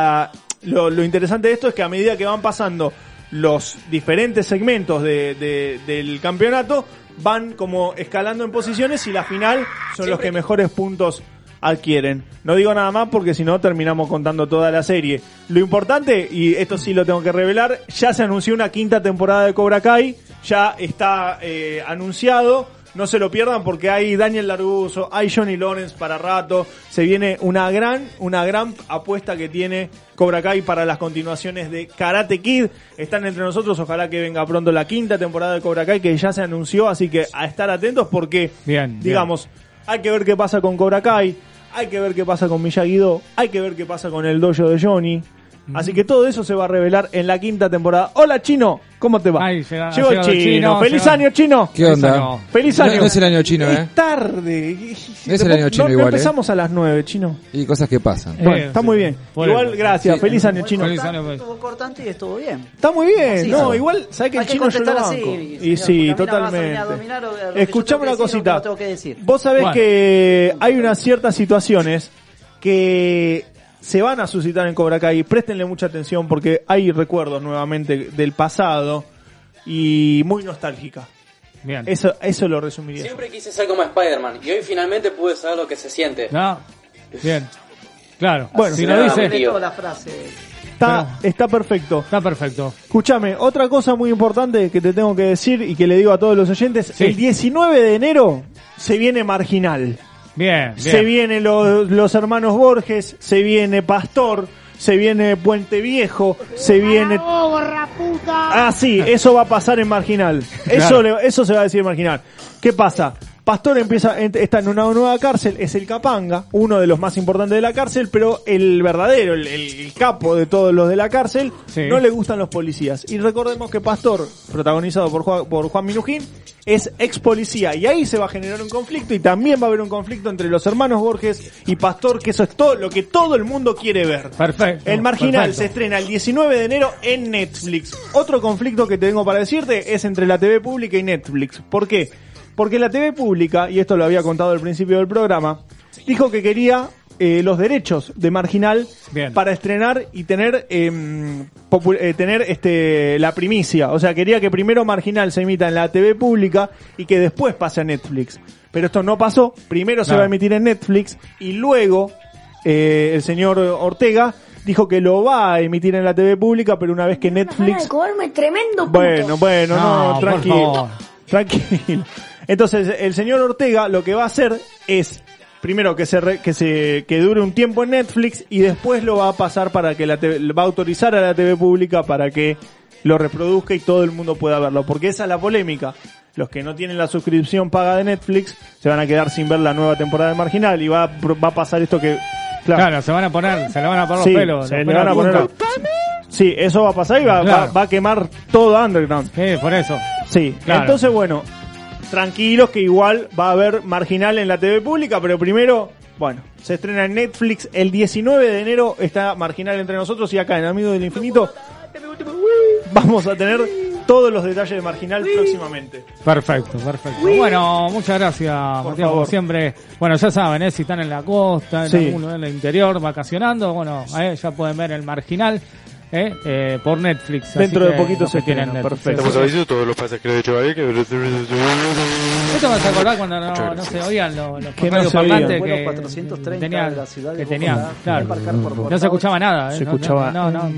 C: Lo interesante de esto es que a medida que van pasando los diferentes segmentos del campeonato, van como escalando en posiciones y la final son los que mejores puntos adquieren. No digo nada más porque si no terminamos contando toda la serie. Lo importante, y esto sí lo tengo que revelar, ya se anunció una 5ª temporada de Cobra Kai, ya está anunciado. No se lo pierdan porque hay Daniel LaRusso, hay Johnny Lawrence para rato. Se viene una gran apuesta que tiene Cobra Kai para las continuaciones de Karate Kid. Están entre nosotros, ojalá que venga pronto la 5ª temporada de Cobra Kai, que ya se anunció, así que a estar atentos porque, digamos, hay que ver qué pasa con Cobra Kai, hay que ver qué pasa con Miyagi-Do, hay que ver qué pasa con el dojo de Johnny. Así que todo eso se va a revelar en la 5ª temporada. Hola, Chino, ¿cómo te va? Llegó el Chino. ¡Feliz año, Chino!
L: ¿Qué onda?
C: ¡Feliz año!
L: No es el año chino,
C: Es tarde.
L: No es el año chino igual,
C: empezamos a las 9, Chino.
L: Y cosas que pasan.
C: Bueno, está muy bien. Igual, gracias. Feliz año, Chino.
I: Estuvo cortante y estuvo bien.
C: Está muy bien. No, igual, ¿sabes que el Chino yo lo banco? Y sí, totalmente. Escuchame una cosita. Vos sabés que hay unas ciertas situaciones que se van a suscitar en Cobra Kai. Préstenle mucha atención porque hay recuerdos nuevamente del pasado y muy nostálgica. Bien. Eso lo resumiría.
N: Siempre quise ser como Spider-Man y hoy finalmente pude saber lo que se siente.
D: No. Bien. Claro.
C: Bueno,
D: si lo dice.
I: La frase.
C: Está perfecto.
D: Está perfecto.
C: Escúchame, otra cosa muy importante que te tengo que decir y que le digo a todos los oyentes, el 19 de enero se viene Marginal.
D: Bien.
C: Se vienen los hermanos Borges, se viene Pastor, se viene Puente Viejo, se viene... Ah, sí, eso va a pasar en Marginal. Claro. Eso se va a decir en Marginal. ¿Qué pasa? Pastor está en una nueva cárcel, es el Capanga, uno de los más importantes de la cárcel, pero el verdadero, el capo de todos los de la cárcel, no le gustan los policías. Y recordemos que Pastor, protagonizado por Juan Minujín, es ex policía, y ahí se va a generar un conflicto, y también va a haber un conflicto entre los hermanos Borges y Pastor, que eso es todo lo que todo el mundo quiere ver.
D: Perfecto.
C: El Marginal se estrena el 19 de enero en Netflix. Otro conflicto que tengo para decirte es entre la TV pública y Netflix. ¿Por qué? Porque la TV pública, y esto lo había contado al principio del programa, dijo que quería los derechos de Marginal para estrenar y tener la primicia. O sea, quería que primero Marginal se emita en la TV pública y que después pase a Netflix. Pero esto no pasó. Primero se va a emitir en Netflix y luego el señor Ortega dijo que lo va a emitir en la TV pública, pero una vez que Netflix...
H: Tremendo
C: puto. Bueno, no, tranquilo. Tranquilo. Entonces, el señor Ortega lo que va a hacer es, primero que dure un tiempo en Netflix y después lo va a pasar para que va a autorizar a la TV pública para que lo reproduzca y todo el mundo pueda verlo. Porque esa es la polémica. Los que no tienen la suscripción paga de Netflix se van a quedar sin ver la nueva temporada de Marginal y va a pasar esto que...
D: Claro, se le van a poner los pelos.
C: Se le van a poner... Sí, eso va a pasar y va a quemar todo Underground.
D: Sí, por eso.
C: Sí, claro. Entonces bueno, tranquilos que igual va a haber Marginal en la TV pública, pero primero, bueno, se estrena en Netflix el 19 de enero, está Marginal entre nosotros y acá en Amigos del Infinito vamos a tener todos los detalles de Marginal próximamente.
D: Perfecto. Bueno, muchas gracias, Matías, como siempre. Bueno, ya saben, si están en la costa, en algún el interior, vacacionando, bueno, ya pueden ver el Marginal. Por Netflix.
C: Dentro de poquito se tienen. Perfecto.
Y: Estamos avisando todos los pases que le he hecho ahí.
D: Esto me hace acordar cuando no se oían los parlantes que
I: 430
D: tenían,
I: de la ciudad de
D: que tenían, claro.
I: por
D: No se escuchaba nada.
C: Se escuchaba.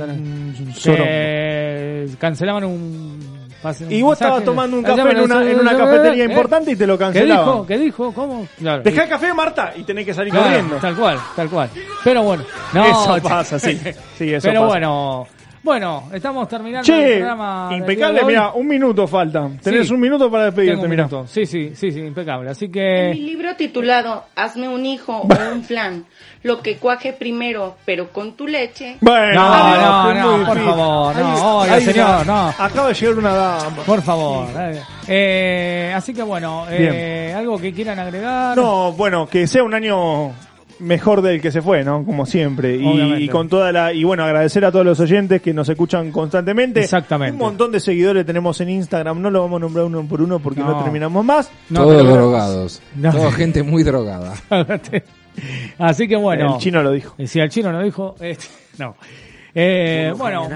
D: Cancelaban un pase.
C: Y vos estabas tomando un café en una cafetería importante y te lo cancelaban.
D: ¿Qué dijo? ¿Cómo? Claro.
C: Dejá el café, Marta, y tenés que salir corriendo.
D: Tal cual. Pero bueno.
C: Eso pasa, sí. Sí, eso
D: pero
C: pasa.
D: Bueno, estamos terminando el programa.
C: Impecable, mira, un minuto falta. Tenés un minuto para despedirte, mira.
D: Sí, impecable. Así que.
A: En mi libro titulado Hazme un hijo o un flan, lo que cuaje primero, pero con tu leche.
C: Bueno,
D: no, por favor, no, oiga, señor, no.
C: Acaba de llegar una dama.
D: Por favor. Así que bueno, algo que quieran agregar.
C: No, bueno, que sea un año mejor del que se fue, ¿no? Como siempre. Y con toda y bueno, agradecer a todos los oyentes que nos escuchan constantemente.
D: Exactamente.
C: Un montón de seguidores tenemos en Instagram. No lo vamos a nombrar uno por uno porque no terminamos más.
L: Todos drogados. Toda gente muy drogada.
D: Así que bueno.
C: El chino lo dijo.
D: Si el chino lo dijo, no. Bueno,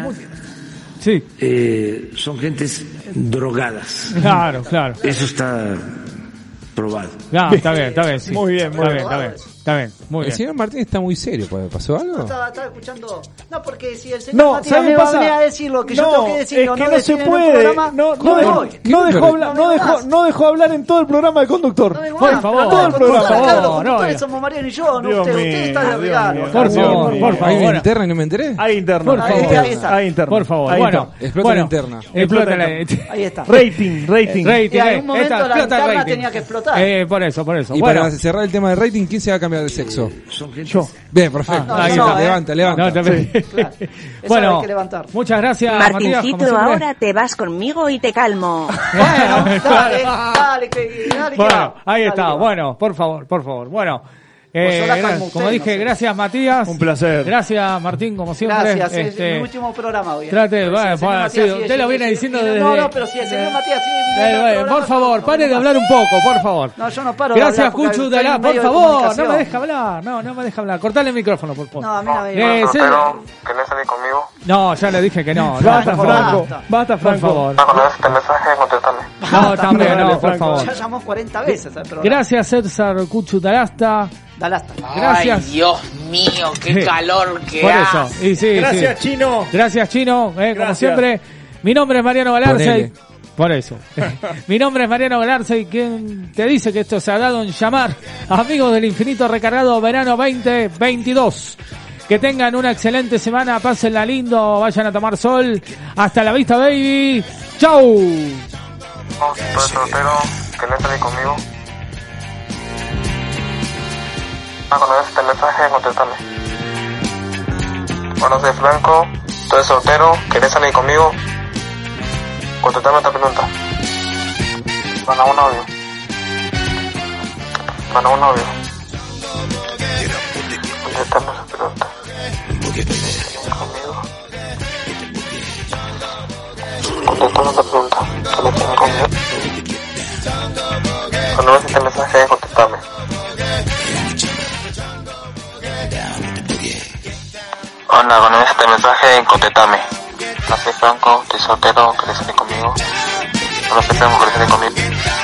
D: sí.
K: Son gentes drogadas.
D: Claro.
K: Eso está probado.
D: Está bien. Sí.
C: Muy bien.
D: Está bien, muy bien.
L: El señor Martín está muy serio, ¿pasó algo?
I: No, estaba escuchando. No, porque si el señor Matías me va a venir a decir lo que yo tengo que decir,
C: es que no se puede. No dejó hablar en todo el programa del conductor.
D: Por favor.
I: No, somos Mariano y yo, no usted está de regalo.
D: Por favor.
L: ¿Hay una interna y no me enteré?
C: Hay interna.
I: Hay
C: interna.
D: Por favor. Bueno,
L: explota la interna.
I: Ahí está.
C: Rating.
I: Y en algún momento la interna tenía que explotar.
D: Por eso.
L: Y para cerrar el tema de rating, ¿quién se va a cambiar de sexo?
C: Yo.
L: Bien, perfecto.
D: Ahí
L: está. Levanta.
I: Bueno,
D: muchas gracias,
E: Martincito,
D: Matías,
E: ahora te vas conmigo y te calmo.
I: Dale.
D: Bueno, ahí está. Bueno, por favor. Bueno. Como dije, gracias Matías.
C: Un placer.
D: Gracias Martín, como siempre.
I: Gracias, es mi último programa hoy.
D: Usted lo viene diciendo desde...
I: No, pero si el señor Matías sigue
D: por favor, pare de hablar un poco, por favor.
I: No, yo no paro
D: Gracias,
I: de hablar.
D: Cuchu, por favor, no me deja hablar. No me deja hablar. Cortale el micrófono, por favor.
I: No, a mí no me
F: Pero, ¿querés salir conmigo?
D: No, ya le dije que no.
C: Basta, Franco.
D: Por favor.
F: Cuando ves este mensaje, contestame.
D: No, también, no, por favor.
I: Ya llamó 40 veces al programa.
D: Gracias, César Cuchu Dalasta. Gracias.
G: Ay, Dios mío, qué calor que
D: por
G: hace.
D: eso.
C: Gracias, Chino.
D: Gracias, Chino. Como siempre, mi nombre es Mariano Galarza. Por eso. Mi nombre es Mariano Galarza y quien te dice que esto se ha dado en llamar Amigos del Infinito Recargado Verano 2022. Que tengan una excelente semana, pásenla lindo, vayan a tomar sol. Hasta la vista, baby. ¡Chau!
F: Soy soltero, ¿querés salir conmigo? Cuando ves este mensaje, contéstame. Bueno, soy Franco, tú eres soltero, ¿querés salir conmigo? Contéstame esta pregunta. ¿Para un novio? Contéstame esa pregunta. ¿Conmigo? Contéstame esta pregunta. ¿Querés salir conmigo? Cuando ves este mensaje, contéstame. Hola, cuando ves este mensaje, contéstame. No soy Franco, estoy soltero, ¿querés salir conmigo? No soy Franco, ¿querés salir conmigo?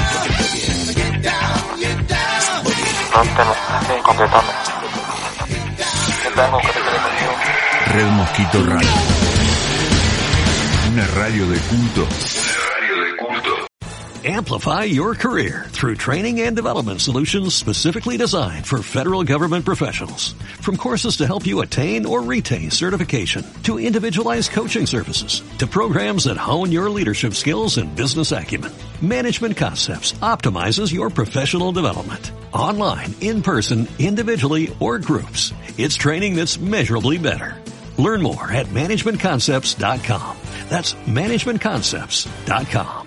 F: No este mensaje, contéstame. ¿Qué Franco, querés salir conmigo?
M: Red Mosquito Radio. Una radio de culto.
S: Amplify your career through training and development solutions specifically designed for federal government professionals. From courses to help you attain or retain certification, to individualized coaching services, to programs that hone your leadership skills and business acumen, Management Concepts optimizes your professional development. Online, in person, individually, or groups, it's training that's measurably better. Learn more at managementconcepts.com. That's managementconcepts.com.